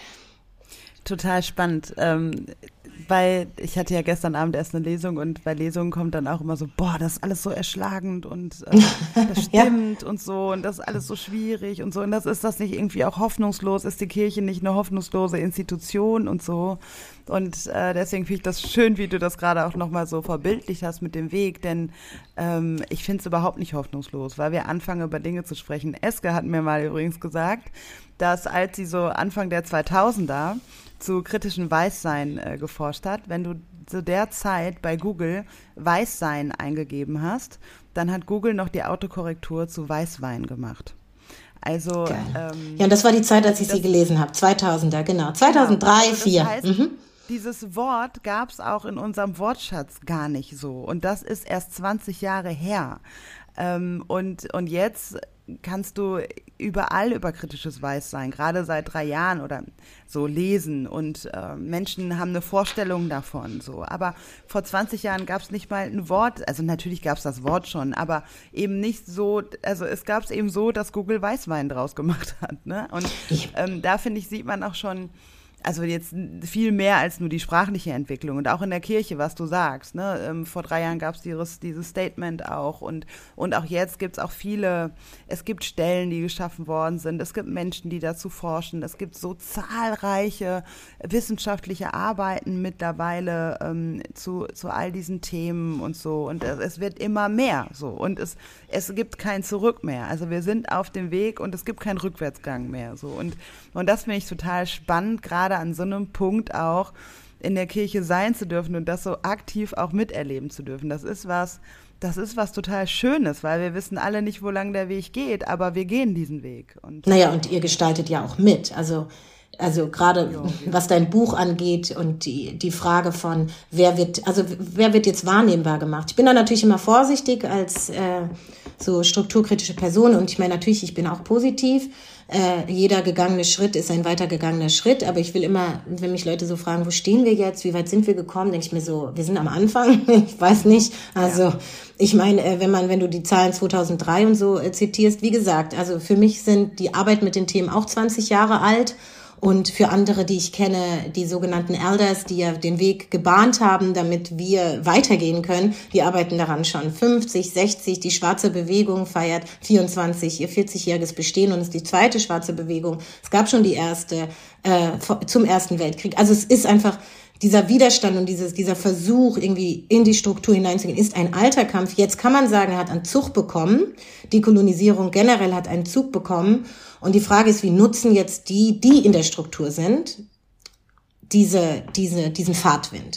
Total spannend. Ähm, weil ich hatte ja gestern Abend erst eine Lesung und bei Lesungen kommt dann auch immer so, boah, das ist alles so erschlagend und äh, das stimmt ja. und so und das ist alles so schwierig und so. Und das ist das nicht irgendwie auch hoffnungslos? Ist die Kirche nicht eine hoffnungslose Institution und so? Und äh, deswegen finde ich das schön, wie du das gerade auch nochmal so verbildlicht hast mit dem Weg, denn ähm, ich finde es überhaupt nicht hoffnungslos, weil wir anfangen, über Dinge zu sprechen. Eske hat mir mal übrigens gesagt, dass als sie so Anfang der zweitausender zu kritischem Weißsein äh, geforscht hat, wenn du zu der Zeit bei Google Weißsein eingegeben hast, dann hat Google noch die Autokorrektur zu Weißwein gemacht. Also ähm, ja, und das war die Zeit, als ich sie gelesen habe, zweitausender, genau, zweitausenddrei, genau. vier. Das heißt, mhm. dieses Wort gab es auch in unserem Wortschatz gar nicht so. Und das ist erst zwanzig Jahre her. Ähm, und, und jetzt kannst du überall über kritisches Weißsein, gerade seit drei Jahren oder so lesen und äh, Menschen haben eine Vorstellung davon. So. Aber vor zwanzig Jahren gab es nicht mal ein Wort, also natürlich gab es das Wort schon, aber eben nicht so, also es gab es eben so, dass Google Weißwein draus gemacht hat. Ne? Und ähm, da finde ich, sieht man auch schon, also jetzt viel mehr als nur die sprachliche Entwicklung und auch in der Kirche, was du sagst. Ne? Ähm, vor drei Jahren gab es dieses, dieses Statement auch und, und auch jetzt gibt es auch viele, es gibt Stellen, die geschaffen worden sind, es gibt Menschen, die dazu forschen, es gibt so zahlreiche wissenschaftliche Arbeiten mittlerweile ähm, zu, zu all diesen Themen und so und es, es wird immer mehr so und es, es gibt kein Zurück mehr. Also wir sind auf dem Weg und es gibt keinen Rückwärtsgang mehr. So und, und das finde ich total spannend, gerade an so einem Punkt auch in der Kirche sein zu dürfen und das so aktiv auch miterleben zu dürfen. Das ist was, das ist was total Schönes, weil wir wissen alle nicht, wo lang der Weg geht, aber wir gehen diesen Weg. Und naja, und ihr gestaltet ja auch mit. Also Also gerade jo, was dein Buch angeht und die die Frage von wer wird also wer wird jetzt wahrnehmbar gemacht. Ich bin da natürlich immer vorsichtig als äh, so strukturkritische Person und ich meine natürlich, ich bin auch positiv. Äh, jeder gegangene Schritt ist ein weitergegangener Schritt, aber ich will immer, wenn mich Leute so fragen, wo stehen wir jetzt, wie weit sind wir gekommen, denke ich mir so, wir sind am Anfang, ich weiß nicht. Also ja. ich meine, äh, wenn man, wenn du die Zahlen zweitausenddrei und so äh, zitierst, wie gesagt, also für mich sind die Arbeit mit den Themen auch zwanzig Jahre alt. Und für andere, die ich kenne, die sogenannten Elders, die ja den Weg gebahnt haben, damit wir weitergehen können, die arbeiten daran schon fünfzig, sechzig. Die Schwarze Bewegung feiert vierundzwanzig, ihr vierzigjähriges Bestehen und ist die zweite Schwarze Bewegung. Es gab schon die erste äh, zum Ersten Weltkrieg. Also es ist einfach dieser Widerstand und dieses, dieser Versuch, irgendwie in die Struktur hineinzugehen, ist ein alter Kampf. Jetzt kann man sagen, er hat einen Zug bekommen. Die Kolonisierung generell hat einen Zug bekommen. Und die Frage ist, wie nutzen jetzt die, die in der Struktur sind, diese, diese, diesen Fahrtwind?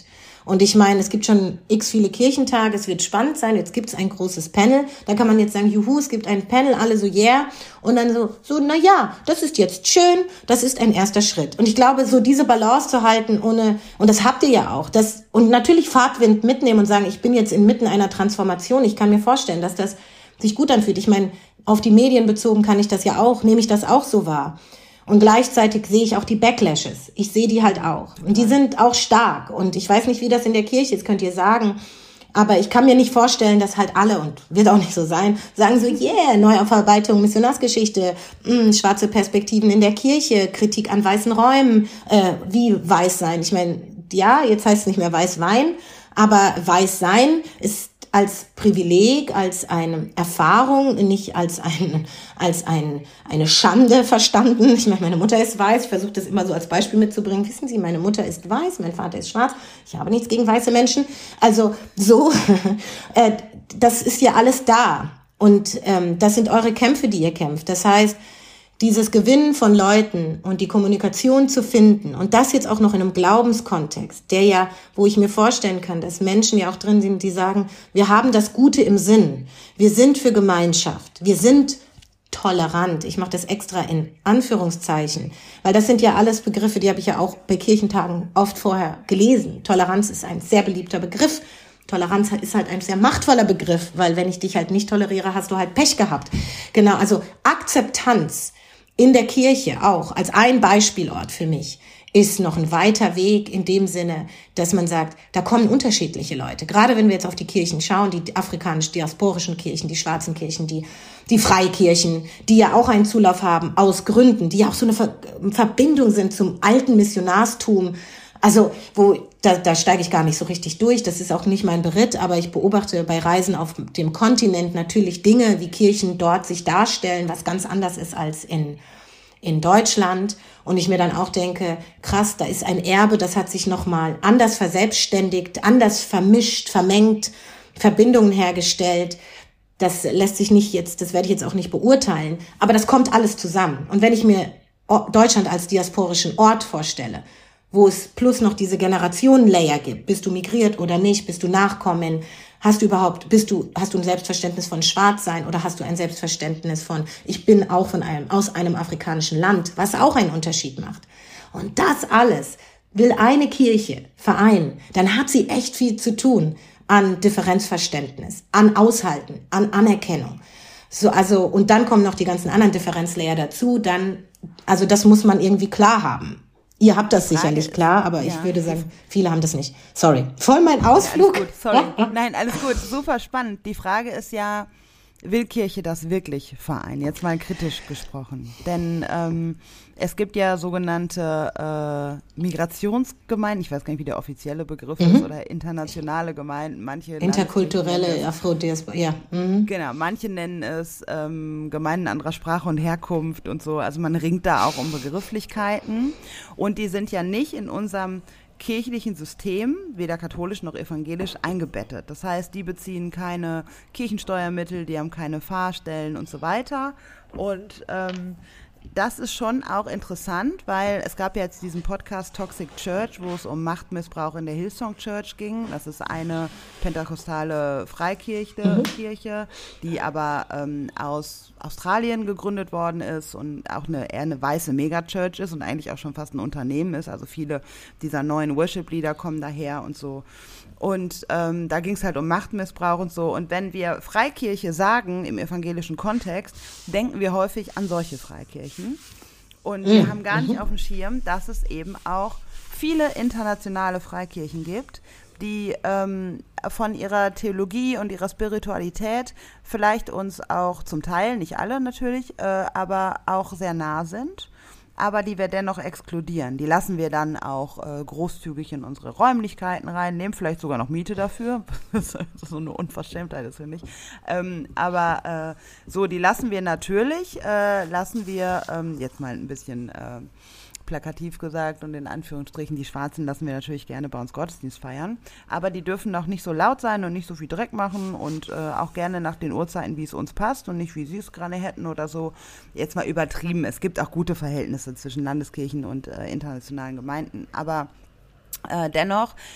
Und ich meine, es gibt schon x viele Kirchentage, es wird spannend sein, jetzt gibt's ein großes Panel, da kann man jetzt sagen, juhu, es gibt ein Panel, alle so, yeah, und dann so, so, na ja, das ist jetzt schön, das ist ein erster Schritt. Und ich glaube, so diese Balance zu halten, ohne, und das habt ihr ja auch, das, und natürlich Fahrtwind mitnehmen und sagen, ich bin jetzt inmitten einer Transformation, ich kann mir vorstellen, dass das sich gut anfühlt. Ich meine, auf die Medien bezogen kann ich das ja auch, nehme ich das auch so wahr. Und gleichzeitig sehe ich auch die Backlashes. Ich sehe die halt auch. Und die sind auch stark. Und ich weiß nicht, wie das in der Kirche ist, könnt ihr sagen. Aber ich kann mir nicht vorstellen, dass halt alle, und wird auch nicht so sein, sagen so, yeah, Neuaufarbeitung, Missionarsgeschichte, mh, schwarze Perspektiven in der Kirche, Kritik an weißen Räumen, äh, wie weiß sein. Ich meine, ja, jetzt heißt es nicht mehr Weißwein, aber weiß sein ist als Privileg, als eine Erfahrung, nicht als ein, als ein, eine Schande verstanden. Ich meine, meine Mutter ist weiß, ich versuche das immer so als Beispiel mitzubringen. Wissen Sie, meine Mutter ist weiß, mein Vater ist schwarz, ich habe nichts gegen weiße Menschen. Also so, äh, das ist ja alles da. Und ähm, das sind eure Kämpfe, die ihr kämpft. Das heißt, dieses Gewinnen von Leuten und die Kommunikation zu finden und das jetzt auch noch in einem Glaubenskontext, der ja, wo ich mir vorstellen kann, dass Menschen ja auch drin sind, die sagen, wir haben das Gute im Sinn, wir sind für Gemeinschaft, wir sind tolerant. Ich mache das extra in Anführungszeichen, weil das sind ja alles Begriffe, die habe ich ja auch bei Kirchentagen oft vorher gelesen. Toleranz ist ein sehr beliebter Begriff. Toleranz ist halt ein sehr machtvoller Begriff, weil wenn ich dich halt nicht toleriere, hast du halt Pech gehabt. Genau, also Akzeptanz in der Kirche auch als ein Beispielort für mich ist noch ein weiter Weg in dem Sinne, dass man sagt, da kommen unterschiedliche Leute. Gerade wenn wir jetzt auf die Kirchen schauen, die afrikanisch-diasporischen Kirchen, die schwarzen Kirchen, die, die Freikirchen, die ja auch einen Zulauf haben aus Gründen, die ja auch so eine Ver- Verbindung sind zum alten Missionarstum. Also, wo, da, da steige ich gar nicht so richtig durch. Das ist auch nicht mein Beritt, aber ich beobachte bei Reisen auf dem Kontinent natürlich Dinge, wie Kirchen dort sich darstellen, was ganz anders ist als in, in Deutschland. Und ich mir dann auch denke, krass, da ist ein Erbe, das hat sich nochmal anders verselbstständigt, anders vermischt, vermengt, Verbindungen hergestellt. Das lässt sich nicht jetzt, das werde ich jetzt auch nicht beurteilen, aber das kommt alles zusammen. Und wenn ich mir Deutschland als diasporischen Ort vorstelle, wo es plus noch diese Generationenlayer gibt. Bist du migriert oder nicht? Bist du Nachkommen? Hast du überhaupt, bist du, hast du ein Selbstverständnis von Schwarzsein oder hast du ein Selbstverständnis von, ich bin auch von einem, aus einem afrikanischen Land, was auch einen Unterschied macht. Und das alles will eine Kirche vereinen, dann hat sie echt viel zu tun an Differenzverständnis, an Aushalten, an Anerkennung. So, also, und dann kommen noch die ganzen anderen Differenzlayer dazu, dann, also das muss man irgendwie klar haben. Ihr habt das sicherlich klar, aber ja, ich würde sagen, viele haben das nicht. Sorry. Voll mein Ausflug. Ja, alles gut, sorry. Nein, alles gut. Super spannend. Die Frage ist ja, will Kirche das wirklich vereinen? Jetzt mal kritisch gesprochen. Denn ähm, es gibt ja sogenannte äh, Migrationsgemeinden, ich weiß gar nicht, wie der offizielle Begriff mhm. ist, oder internationale Gemeinden. Manche interkulturelle Afro-Diaspora, ja. Mhm. Genau, manche nennen es ähm, Gemeinden anderer Sprache und Herkunft und so. Also man ringt da auch um Begrifflichkeiten. Und die sind ja nicht in unserem kirchlichen System, weder katholisch noch evangelisch, eingebettet. Das heißt, die beziehen keine Kirchensteuermittel, die haben keine Fahrstellen und so weiter. Und ähm, das ist schon auch interessant, weil es gab ja jetzt diesen Podcast Toxic Church, wo es um Machtmissbrauch in der Hillsong Church ging. Das ist eine pentekostale Freikirche, mhm. Kirche, die aber ähm, aus Australien gegründet worden ist und auch eine eher eine weiße Megachurch ist und eigentlich auch schon fast ein Unternehmen ist. Also viele dieser neuen Worship-Lieder kommen daher und so. Und ähm, da ging es halt um Machtmissbrauch und so. Und wenn wir Freikirche sagen im evangelischen Kontext, denken wir häufig an solche Freikirchen. Und mhm. wir haben gar nicht auf dem Schirm, dass es eben auch viele internationale Freikirchen gibt, die ähm, von ihrer Theologie und ihrer Spiritualität vielleicht uns auch zum Teil, nicht alle natürlich, äh, aber auch sehr nah sind. Aber die wir dennoch exkludieren. Die lassen wir dann auch äh, großzügig in unsere Räumlichkeiten rein, nehmen vielleicht sogar noch Miete dafür. Das ist so eine Unverschämtheit, das finde ich. Ähm, aber äh, so, die lassen wir natürlich, äh, lassen wir ähm, jetzt mal ein bisschen äh, plakativ gesagt und in Anführungsstrichen, die Schwarzen lassen wir natürlich gerne bei uns Gottesdienst feiern, aber die dürfen noch nicht so laut sein und nicht so viel Dreck machen und äh, auch gerne nach den Uhrzeiten, wie es uns passt und nicht, wie sie es gerne hätten oder so. Jetzt mal übertrieben, es gibt auch gute Verhältnisse zwischen Landeskirchen und äh, internationalen Gemeinden, aber äh, dennoch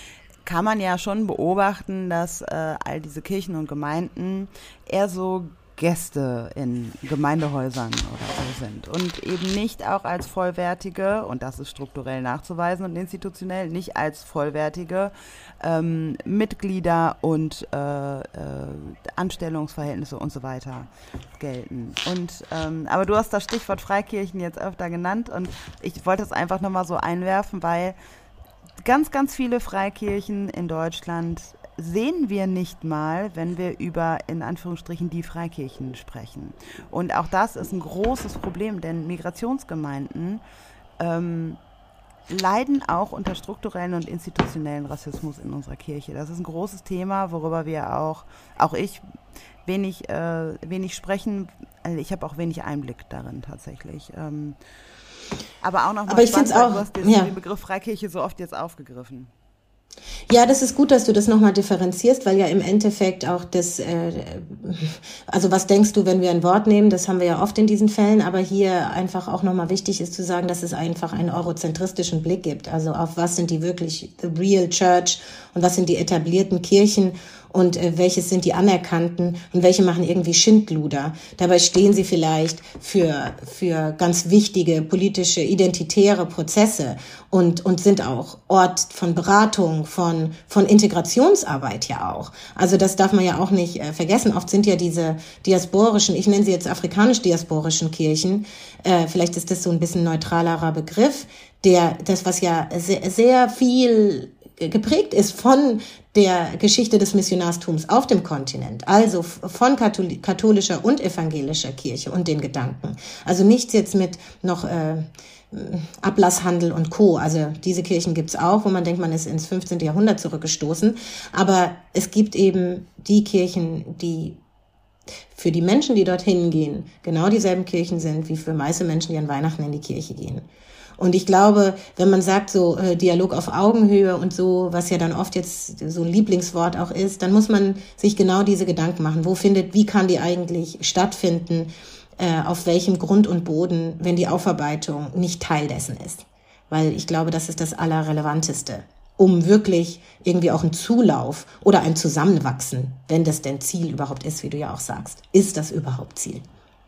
kann man ja schon beobachten, dass äh, all diese Kirchen und Gemeinden eher so Gäste in Gemeindehäusern oder so sind und eben nicht auch als vollwertige, und das ist strukturell nachzuweisen und institutionell, nicht als vollwertige ähm, Mitglieder und äh, äh, Anstellungsverhältnisse und so weiter gelten. Und ähm, aber du hast das Stichwort Freikirchen jetzt öfter genannt und ich wollte es einfach nochmal so einwerfen, weil ganz, ganz viele Freikirchen in Deutschland sehen wir nicht mal, wenn wir über, in Anführungsstrichen, die Freikirchen sprechen. Und auch das ist ein großes Problem, denn Migrationsgemeinden ähm, leiden auch unter strukturellen und institutionellen Rassismus in unserer Kirche. Das ist ein großes Thema, worüber wir auch, auch ich, wenig, äh, wenig sprechen. Also ich habe auch wenig Einblick darin tatsächlich. Ähm, aber auch nochmal spannend, auch, du hast den, ja. den Begriff Freikirche so oft jetzt aufgegriffen. Ja, das ist gut, dass du das nochmal differenzierst, weil ja im Endeffekt auch das, äh, also was denkst du, wenn wir ein Wort nehmen, das haben wir ja oft in diesen Fällen, aber hier einfach auch nochmal wichtig ist zu sagen, dass es einfach einen eurozentristischen Blick gibt, also auf was sind die wirklich the real church und was sind die etablierten Kirchen und äh, welches sind die anerkannten und welche machen irgendwie Schindluder. Dabei stehen sie vielleicht für für ganz wichtige politische, identitäre Prozesse und und sind auch Ort von Beratung, von von Integrationsarbeit ja auch. Also das darf man ja auch nicht äh, vergessen. Oft sind ja diese diasporischen, ich nenne sie jetzt afrikanisch-diasporischen Kirchen, äh, vielleicht ist das so ein bisschen neutralerer Begriff, der das, was ja sehr, sehr viel geprägt ist von der Geschichte des Missionarstums auf dem Kontinent, also von katholischer und evangelischer Kirche und den Gedanken. Also nichts jetzt mit noch äh, Ablasshandel und Co. Also diese Kirchen gibt's auch, wo man denkt, man ist ins fünfzehnten Jahrhundert zurückgestoßen. Aber es gibt eben die Kirchen, die für die Menschen, die dorthin gehen, genau dieselben Kirchen sind, wie für meiste Menschen, die an Weihnachten in die Kirche gehen. Und ich glaube, wenn man sagt so äh, Dialog auf Augenhöhe und so, was ja dann oft jetzt so ein Lieblingswort auch ist, dann muss man sich genau diese Gedanken machen. Wo findet, wie kann die eigentlich stattfinden, äh, auf welchem Grund und Boden, wenn die Aufarbeitung nicht Teil dessen ist. Weil ich glaube, das ist das Allerrelevanteste, um wirklich irgendwie auch einen Zulauf oder ein Zusammenwachsen, wenn das denn Ziel überhaupt ist, wie du ja auch sagst. Ist das überhaupt Ziel?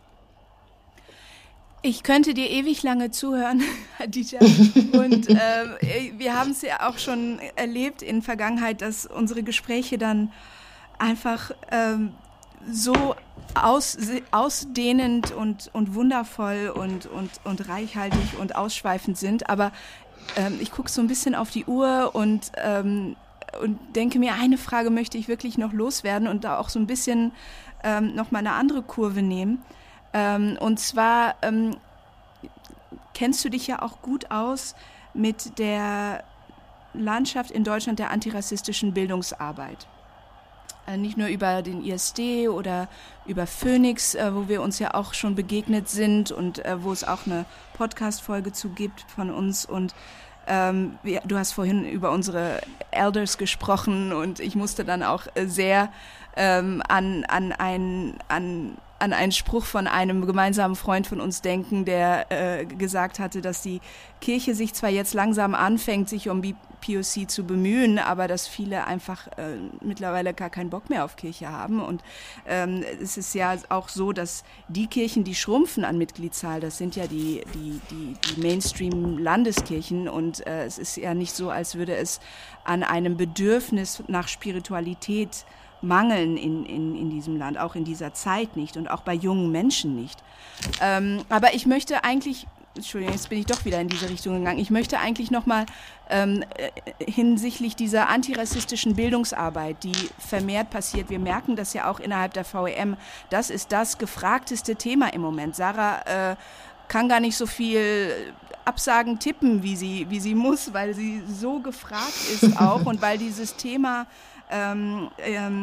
Ich könnte dir ewig lange zuhören, Hadija. Und äh, wir haben es ja auch schon erlebt in Vergangenheit, dass unsere Gespräche dann einfach ähm, so aus, ausdehnend und, und wundervoll und, und, und reichhaltig und ausschweifend sind. Aber ähm, ich gucke so ein bisschen auf die Uhr und, ähm, und denke mir, eine Frage möchte ich wirklich noch loswerden und da auch so ein bisschen ähm, noch mal eine andere Kurve nehmen. Ähm, und zwar ähm, kennst du dich ja auch gut aus mit der Landschaft in Deutschland der antirassistischen Bildungsarbeit. Äh, nicht nur über den I S D oder über Phoenix, äh, wo wir uns ja auch schon begegnet sind und äh, wo es auch eine Podcast-Folge zu gibt von uns. Und ähm, wir, du hast vorhin über unsere Elders gesprochen und ich musste dann auch äh, sehr ähm, an, an ein... An, an einen Spruch von einem gemeinsamen Freund von uns denken, der äh, gesagt hatte, dass die Kirche sich zwar jetzt langsam anfängt, sich um B P O C zu bemühen, aber dass viele einfach äh, mittlerweile gar keinen Bock mehr auf Kirche haben. Und ähm, es ist ja auch so, dass die Kirchen, die schrumpfen an Mitgliedszahl, das sind ja die, die, die, die Mainstream-Landeskirchen. Und äh, es ist ja nicht so, als würde es an einem Bedürfnis nach Spiritualität mangeln in, in, in diesem Land, auch in dieser Zeit nicht und auch bei jungen Menschen nicht. Ähm, aber ich möchte eigentlich, Entschuldigung, jetzt bin ich doch wieder in diese Richtung gegangen, ich möchte eigentlich nochmal ähm, hinsichtlich dieser antirassistischen Bildungsarbeit, die vermehrt passiert, wir merken das ja auch innerhalb der V E M, das ist das gefragteste Thema im Moment. Sarah äh, kann gar nicht so viel Absagen tippen, wie sie, wie sie muss, weil sie so gefragt ist auch und weil dieses Thema Ähm, ähm,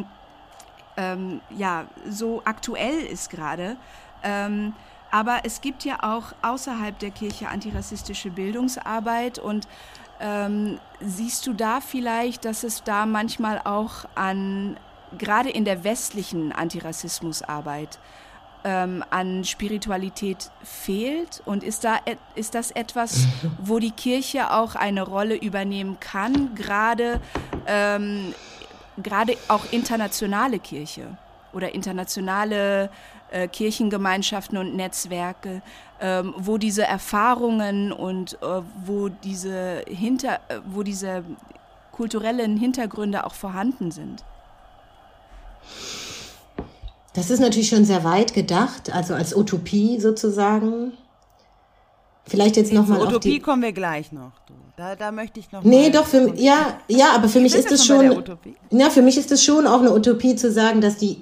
ähm, ja, so aktuell ist gerade. Ähm, aber es gibt ja auch außerhalb der Kirche antirassistische Bildungsarbeit und ähm, siehst du da vielleicht, dass es da manchmal auch an, gerade in der westlichen Antirassismusarbeit, ähm, an Spiritualität fehlt? Und ist da ist das etwas, wo die Kirche auch eine Rolle übernehmen kann, gerade ähm, gerade auch internationale Kirche oder internationale äh, Kirchengemeinschaften und Netzwerke, ähm, wo diese Erfahrungen und äh, wo diese hinter äh, wo diese kulturellen Hintergründe auch vorhanden sind? Das ist natürlich schon sehr weit gedacht, also als Utopie sozusagen. Vielleicht jetzt nochmal auf die... Utopie kommen wir gleich noch. Du. Da, da möchte ich noch Nee, mal doch, für, ja, ja, aber für mich ist es schon... Ja, für mich ist es schon auch eine Utopie zu sagen, dass die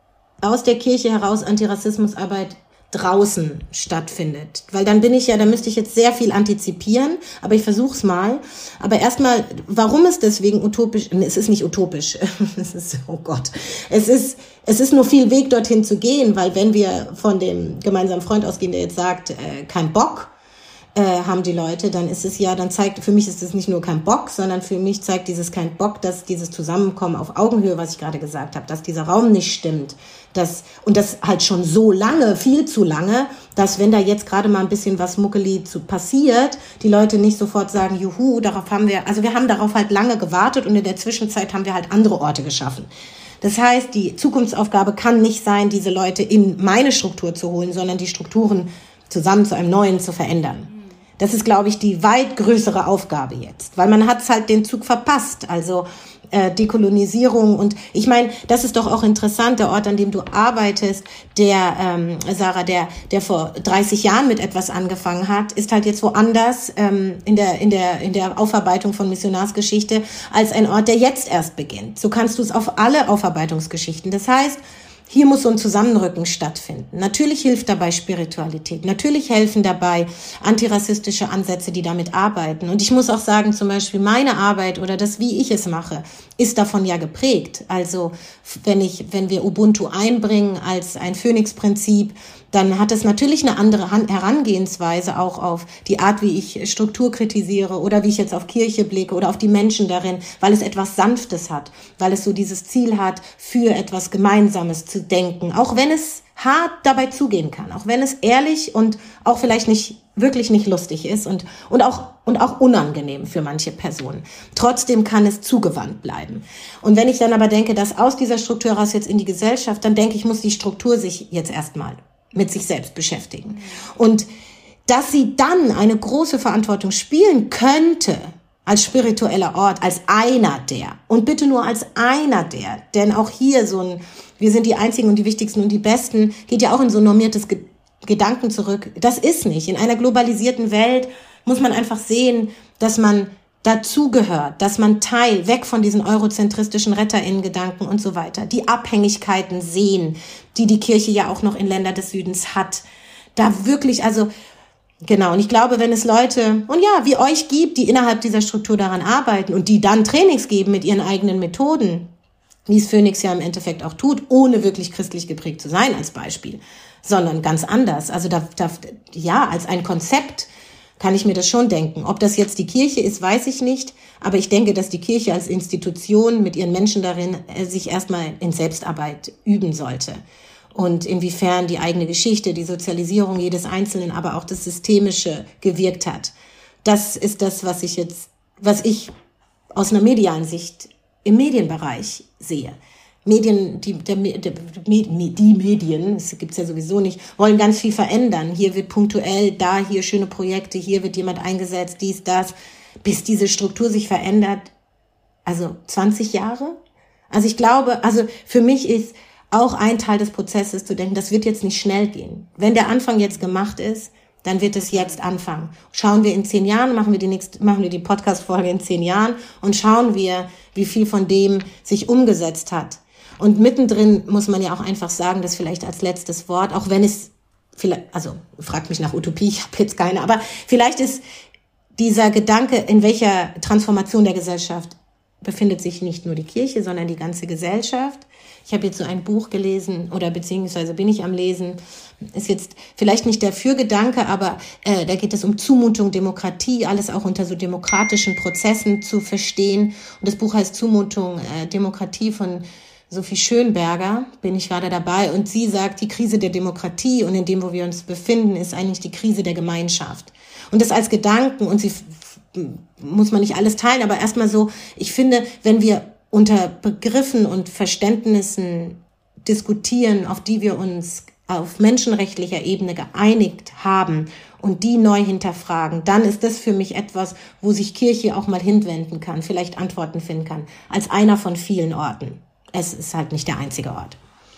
aus der Kirche heraus Antirassismusarbeit draußen stattfindet. Weil dann bin ich ja, da müsste ich jetzt sehr viel antizipieren, aber ich versuch's mal. Aber erstmal, warum ist deswegen utopisch? Es ist nicht utopisch. Es ist, oh Gott. Es ist, es ist nur viel Weg dorthin zu gehen, weil wenn wir von dem gemeinsamen Freund ausgehen, der jetzt sagt, äh, kein Bock, äh, haben die Leute, dann ist es ja, dann zeigt, für mich ist es nicht nur kein Bock, sondern für mich zeigt dieses kein Bock, dass dieses Zusammenkommen auf Augenhöhe, was ich gerade gesagt habe, dass dieser Raum nicht stimmt, dass, und das halt schon so lange, viel zu lange, dass wenn da jetzt gerade mal ein bisschen was muckeli zu passiert, die Leute nicht sofort sagen, juhu, darauf haben wir, also wir haben darauf halt lange gewartet und in der Zwischenzeit haben wir halt andere Orte geschaffen. Das heißt, die Zukunftsaufgabe kann nicht sein, diese Leute in meine Struktur zu holen, sondern die Strukturen zusammen zu einem neuen zu verändern. Das ist, glaube ich, die weit größere Aufgabe jetzt, weil man hat halt den Zug verpasst, also äh, Dekolonisierung. Und ich meine, das ist doch auch interessant, der Ort, an dem du arbeitest, der, ähm, Sarah, der der vor dreißig Jahren mit etwas angefangen hat, ist halt jetzt woanders ähm, in der in der in der Aufarbeitung von Missionarsgeschichte als ein Ort, der jetzt erst beginnt. So kannst du es auf alle Aufarbeitungsgeschichten. Das heißt, hier muss so ein Zusammenrücken stattfinden. Natürlich hilft dabei Spiritualität. Natürlich helfen dabei antirassistische Ansätze, die damit arbeiten. Und ich muss auch sagen, zum Beispiel meine Arbeit oder das, wie ich es mache, ist davon ja geprägt. Also wenn ich, wenn wir Ubuntu einbringen als ein Phoenix-Prinzip, dann hat es natürlich eine andere Herangehensweise auch auf die Art, wie ich Struktur kritisiere oder wie ich jetzt auf Kirche blicke oder auf die Menschen darin, weil es etwas Sanftes hat, weil es so dieses Ziel hat, für etwas Gemeinsames zu denken, auch wenn es hart dabei zugehen kann, auch wenn es ehrlich und auch vielleicht nicht, wirklich nicht lustig ist und, und auch, und auch unangenehm für manche Personen. Trotzdem kann es zugewandt bleiben. Und wenn ich dann aber denke, dass aus dieser Struktur heraus jetzt in die Gesellschaft, dann denke ich, muss die Struktur sich jetzt erstmal mit sich selbst beschäftigen. Und dass sie dann eine große Verantwortung spielen könnte, als spiritueller Ort, als einer der, und bitte nur als einer der, denn auch hier so ein, wir sind die Einzigen und die Wichtigsten und die Besten, geht ja auch in so ein normiertes Ge- Gedanken zurück. Das ist nicht. In einer globalisierten Welt muss man einfach sehen, dass man dazugehört, dass man Teil, weg von diesen eurozentristischen RetterInnen-Gedanken und so weiter, die Abhängigkeiten sehen, die die Kirche ja auch noch in Ländern des Südens hat. Da wirklich, also, genau, und ich glaube, wenn es Leute, und ja, wie euch gibt, die innerhalb dieser Struktur daran arbeiten und die dann Trainings geben mit ihren eigenen Methoden, wie es Phoenix ja im Endeffekt auch tut, ohne wirklich christlich geprägt zu sein als Beispiel, sondern ganz anders. Also da, da ja, als ein Konzept kann ich mir das schon denken. Ob das jetzt die Kirche ist, weiß ich nicht. Aber ich denke, dass die Kirche als Institution mit ihren Menschen darin äh, sich erstmal in Selbstarbeit üben sollte. Und inwiefern die eigene Geschichte, die Sozialisierung jedes Einzelnen, aber auch das Systemische gewirkt hat. Das ist das, was ich jetzt, was ich aus einer medialen Sicht im Medienbereich sehe. Medien, die, der, der, die Medien, das gibt's ja sowieso nicht, wollen ganz viel verändern. Hier wird punktuell, da, hier schöne Projekte, hier wird jemand eingesetzt, dies, das, bis diese Struktur sich verändert. Also zwanzig Jahre? Also ich glaube, also für mich ist auch ein Teil des Prozesses zu denken, das wird jetzt nicht schnell gehen. Wenn der Anfang jetzt gemacht ist, dann wird es jetzt anfangen. Schauen wir in zehn Jahren, machen wir die nächste, machen wir die Podcast-Folge in zehn Jahren und schauen wir, wie viel von dem sich umgesetzt hat. Und mittendrin muss man ja auch einfach sagen, dass vielleicht als letztes Wort, auch wenn es vielleicht, also fragt mich nach Utopie, ich habe jetzt keine, aber vielleicht ist dieser Gedanke, in welcher Transformation der Gesellschaft befindet sich nicht nur die Kirche, sondern die ganze Gesellschaft. Ich habe jetzt so ein Buch gelesen oder beziehungsweise bin ich am Lesen, ist jetzt vielleicht nicht der Fürgedanke, aber äh, da geht es um Zumutung, Demokratie, alles auch unter so demokratischen Prozessen zu verstehen. Und das Buch heißt Zumutung, äh, Demokratie von Sophie Schönberger, bin ich gerade dabei, und sie sagt, die Krise der Demokratie und in dem, wo wir uns befinden, ist eigentlich die Krise der Gemeinschaft. Und das als Gedanken, und sie f- muss man nicht alles teilen, aber erstmal so, ich finde, wenn wir unter Begriffen und Verständnissen diskutieren, auf die wir uns auf menschenrechtlicher Ebene geeinigt haben und die neu hinterfragen, dann ist das für mich etwas, wo sich Kirche auch mal hinwenden kann, vielleicht Antworten finden kann, als einer von vielen Orten. Es ist halt nicht der einzige Ort.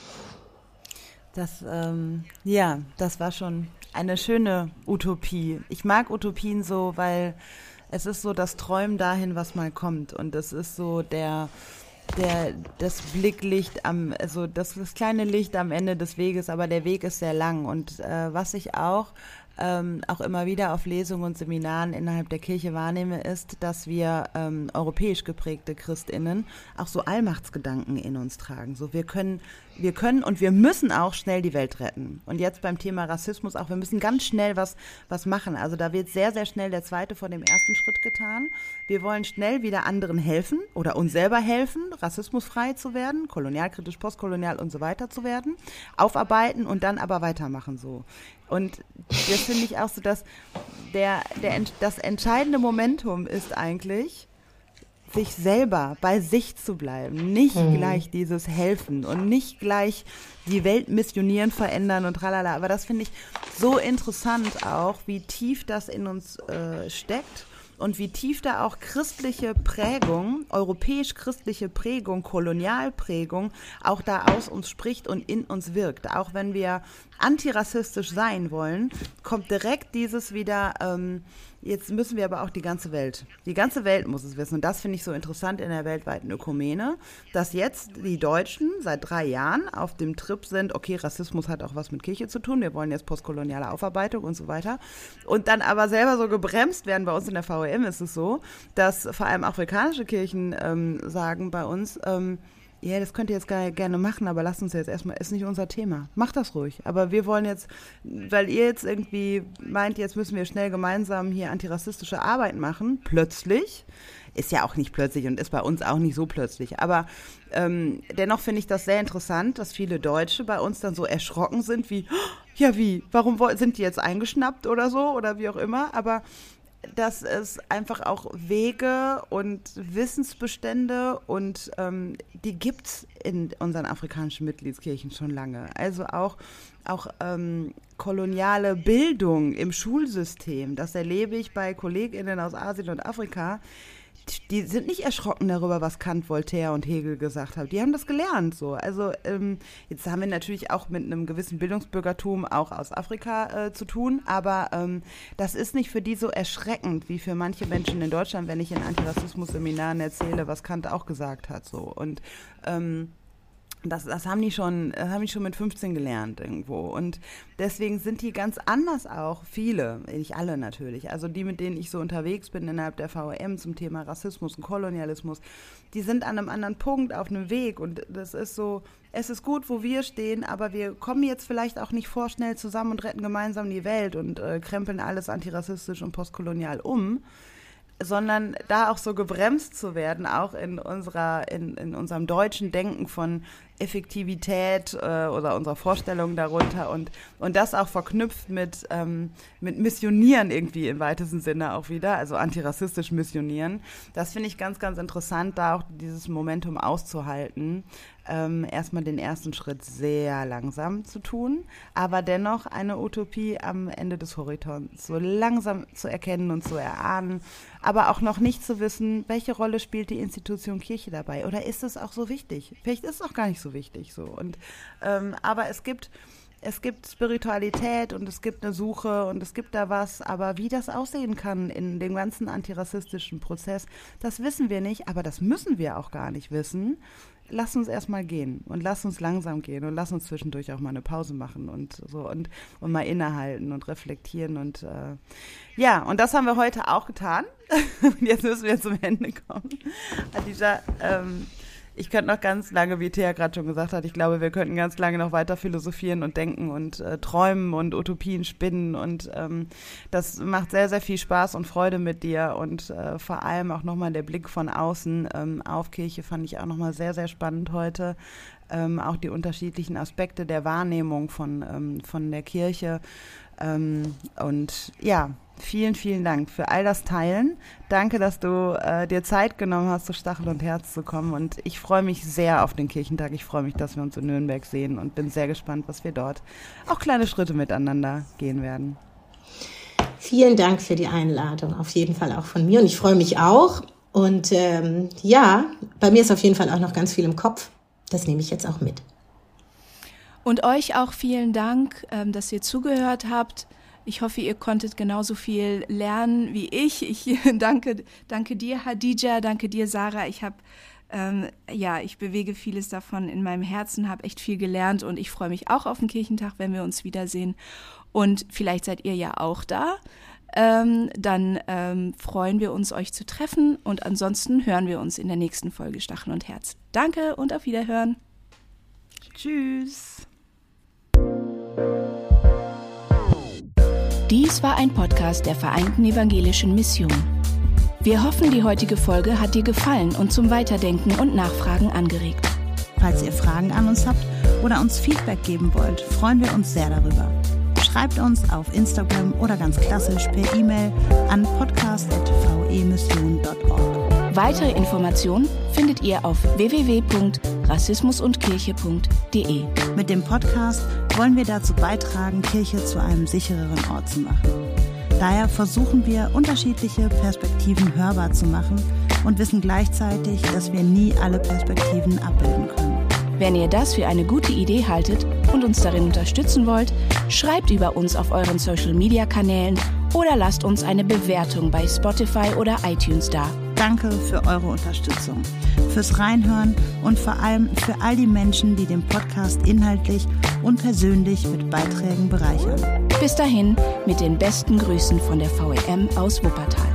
Das, ähm, ja, das war schon eine schöne Utopie. Ich mag Utopien so, weil es ist so das Träumen dahin, was mal kommt. Und es ist so der, der, das Blicklicht am, also das, das kleine Licht am Ende des Weges, aber der Weg ist sehr lang. Und äh, was ich auch Ähm, auch immer wieder auf Lesungen und Seminaren innerhalb der Kirche wahrnehme, ist, dass wir ähm, europäisch geprägte ChristInnen auch so Allmachtsgedanken in uns tragen. So, wir können, wir können und wir müssen auch schnell die Welt retten. Und jetzt beim Thema Rassismus auch, wir müssen ganz schnell was, was machen. Also da wird sehr, sehr schnell der zweite vor dem ersten Schritt getan. Wir wollen schnell wieder anderen helfen oder uns selber helfen, rassismusfrei zu werden, kolonialkritisch, postkolonial und so weiter zu werden, aufarbeiten und dann aber weitermachen so. Und das finde ich auch so, dass der, der, das entscheidende Momentum ist eigentlich, sich selber bei sich zu bleiben, nicht mhm. gleich dieses Helfen und nicht gleich die Welt missionieren, verändern und tralala. Aber das finde ich so interessant auch, wie tief das in uns äh, steckt. Und wie tief da auch christliche Prägung, europäisch-christliche Prägung, Kolonialprägung auch da aus uns spricht und in uns wirkt. Auch wenn wir antirassistisch sein wollen, kommt direkt dieses wieder, ähm, jetzt müssen wir aber auch die ganze Welt, die ganze Welt muss es wissen. Und das finde ich so interessant in der weltweiten Ökumene, dass jetzt die Deutschen seit drei Jahren auf dem Trip sind, okay, Rassismus hat auch was mit Kirche zu tun, wir wollen jetzt postkoloniale Aufarbeitung und so weiter. Und dann aber selber so gebremst werden. Bei uns in der V E M ist es so, dass vor allem afrikanische Kirchen ähm, sagen bei uns, ähm, ja, das könnt ihr jetzt gar, gerne machen, aber lasst uns jetzt erstmal, ist nicht unser Thema. Macht das ruhig. Aber wir wollen jetzt, weil ihr jetzt irgendwie meint, jetzt müssen wir schnell gemeinsam hier antirassistische Arbeit machen, plötzlich, ist ja auch nicht plötzlich und ist bei uns auch nicht so plötzlich, aber ähm, dennoch finde ich das sehr interessant, dass viele Deutsche bei uns dann so erschrocken sind, wie, ja wie, warum sind die jetzt eingeschnappt oder so oder wie auch immer, aber dass es einfach auch Wege und Wissensbestände und ähm, die gibt's in unseren afrikanischen Mitgliedskirchen schon lange. Also auch, auch ähm, koloniale Bildung im Schulsystem, das erlebe ich bei KollegInnen aus Asien und Afrika. Die sind nicht erschrocken darüber, was Kant, Voltaire und Hegel gesagt haben. Die haben das gelernt so. Also ähm, jetzt haben wir natürlich auch mit einem gewissen Bildungsbürgertum auch aus Afrika äh, zu tun, aber ähm, das ist nicht für die so erschreckend wie für manche Menschen in Deutschland, wenn ich in Antirassismus-Seminaren erzähle, was Kant auch gesagt hat. So. Und ähm, Das, das haben die schon, das haben die schon mit fünfzehn gelernt irgendwo. Und deswegen sind die ganz anders auch, viele, nicht alle natürlich, also die, mit denen ich so unterwegs bin innerhalb der V E M zum Thema Rassismus und Kolonialismus, die sind an einem anderen Punkt auf einem Weg. Und das ist so, es ist gut, wo wir stehen, aber wir kommen jetzt vielleicht auch nicht vorschnell zusammen und retten gemeinsam die Welt und äh, krempeln alles antirassistisch und postkolonial um, sondern da auch so gebremst zu werden, auch in unserer, in, in unserem deutschen Denken von Effektivität äh, oder unserer Vorstellung darunter und, und das auch verknüpft mit, ähm, mit Missionieren irgendwie im weitesten Sinne auch wieder, also antirassistisch missionieren. Das finde ich ganz, ganz interessant, da auch dieses Momentum auszuhalten, ähm, erstmal den ersten Schritt sehr langsam zu tun, aber dennoch eine Utopie am Ende des Horizonts so langsam zu erkennen und zu erahnen, aber auch noch nicht zu wissen, welche Rolle spielt die Institution Kirche dabei oder ist es auch so wichtig? Vielleicht ist es auch gar nicht so wichtig so. Und ähm, aber es gibt es gibt Spiritualität und es gibt eine Suche und es gibt da was, aber wie das aussehen kann in dem ganzen antirassistischen Prozess, das wissen wir nicht, aber das müssen wir auch gar nicht wissen. Lass uns erstmal gehen und lass uns langsam gehen und lass uns zwischendurch auch mal eine Pause machen und so und, und mal innehalten und reflektieren und äh, ja, und das haben wir heute auch getan. Jetzt müssen wir zum Ende kommen. Adisha, ähm, Ich könnte noch ganz lange, wie Thea gerade schon gesagt hat, ich glaube, wir könnten ganz lange noch weiter philosophieren und denken und äh, träumen und Utopien spinnen und ähm, das macht sehr, sehr viel Spaß und Freude mit dir und äh, vor allem auch nochmal der Blick von außen ähm, auf Kirche fand ich auch nochmal sehr, sehr spannend heute. Ähm, auch die unterschiedlichen Aspekte der Wahrnehmung von, ähm, von der Kirche ähm, und ja, vielen, vielen Dank für all das Teilen. Danke, dass du äh, dir Zeit genommen hast, zu Stachel und Herz zu kommen. Und ich freue mich sehr auf den Kirchentag. Ich freue mich, dass wir uns in Nürnberg sehen und bin sehr gespannt, was wir dort auch kleine Schritte miteinander gehen werden. Vielen Dank für die Einladung, auf jeden Fall auch von mir. Und ich freue mich auch. Und ähm, ja, bei mir ist auf jeden Fall auch noch ganz viel im Kopf. Das nehme ich jetzt auch mit. Und euch auch vielen Dank, ähm, dass ihr zugehört habt. Ich hoffe, ihr konntet genauso viel lernen wie ich. Ich danke, danke dir, Hadija, danke dir, Sarah. Ich habe, ähm, ja, ich bewege vieles davon in meinem Herzen, habe echt viel gelernt und ich freue mich auch auf den Kirchentag, wenn wir uns wiedersehen. Und vielleicht seid ihr ja auch da. Ähm, dann ähm, freuen wir uns, euch zu treffen und ansonsten hören wir uns in der nächsten Folge Stachel und Herz. Danke und auf Wiederhören. Tschüss. Dies war ein Podcast der Vereinten Evangelischen Mission. Wir hoffen, die heutige Folge hat dir gefallen und zum Weiterdenken und Nachfragen angeregt. Falls ihr Fragen an uns habt oder uns Feedback geben wollt, freuen wir uns sehr darüber. Schreibt uns auf Instagram oder ganz klassisch per E-Mail an podcast at v e mission punkt org. Weitere Informationen findet ihr auf w w w punkt rassismus und kirche punkt d e. Mit dem Podcast wollen wir dazu beitragen, Kirche zu einem sichereren Ort zu machen. Daher versuchen wir, unterschiedliche Perspektiven hörbar zu machen und wissen gleichzeitig, dass wir nie alle Perspektiven abbilden können. Wenn ihr das für eine gute Idee haltet und uns darin unterstützen wollt, schreibt über uns auf euren Social-Media-Kanälen oder lasst uns eine Bewertung bei Spotify oder iTunes da. Danke für eure Unterstützung, fürs Reinhören und vor allem für all die Menschen, die den Podcast inhaltlich und persönlich mit Beiträgen bereichern. Bis dahin mit den besten Grüßen von der V E M aus Wuppertal.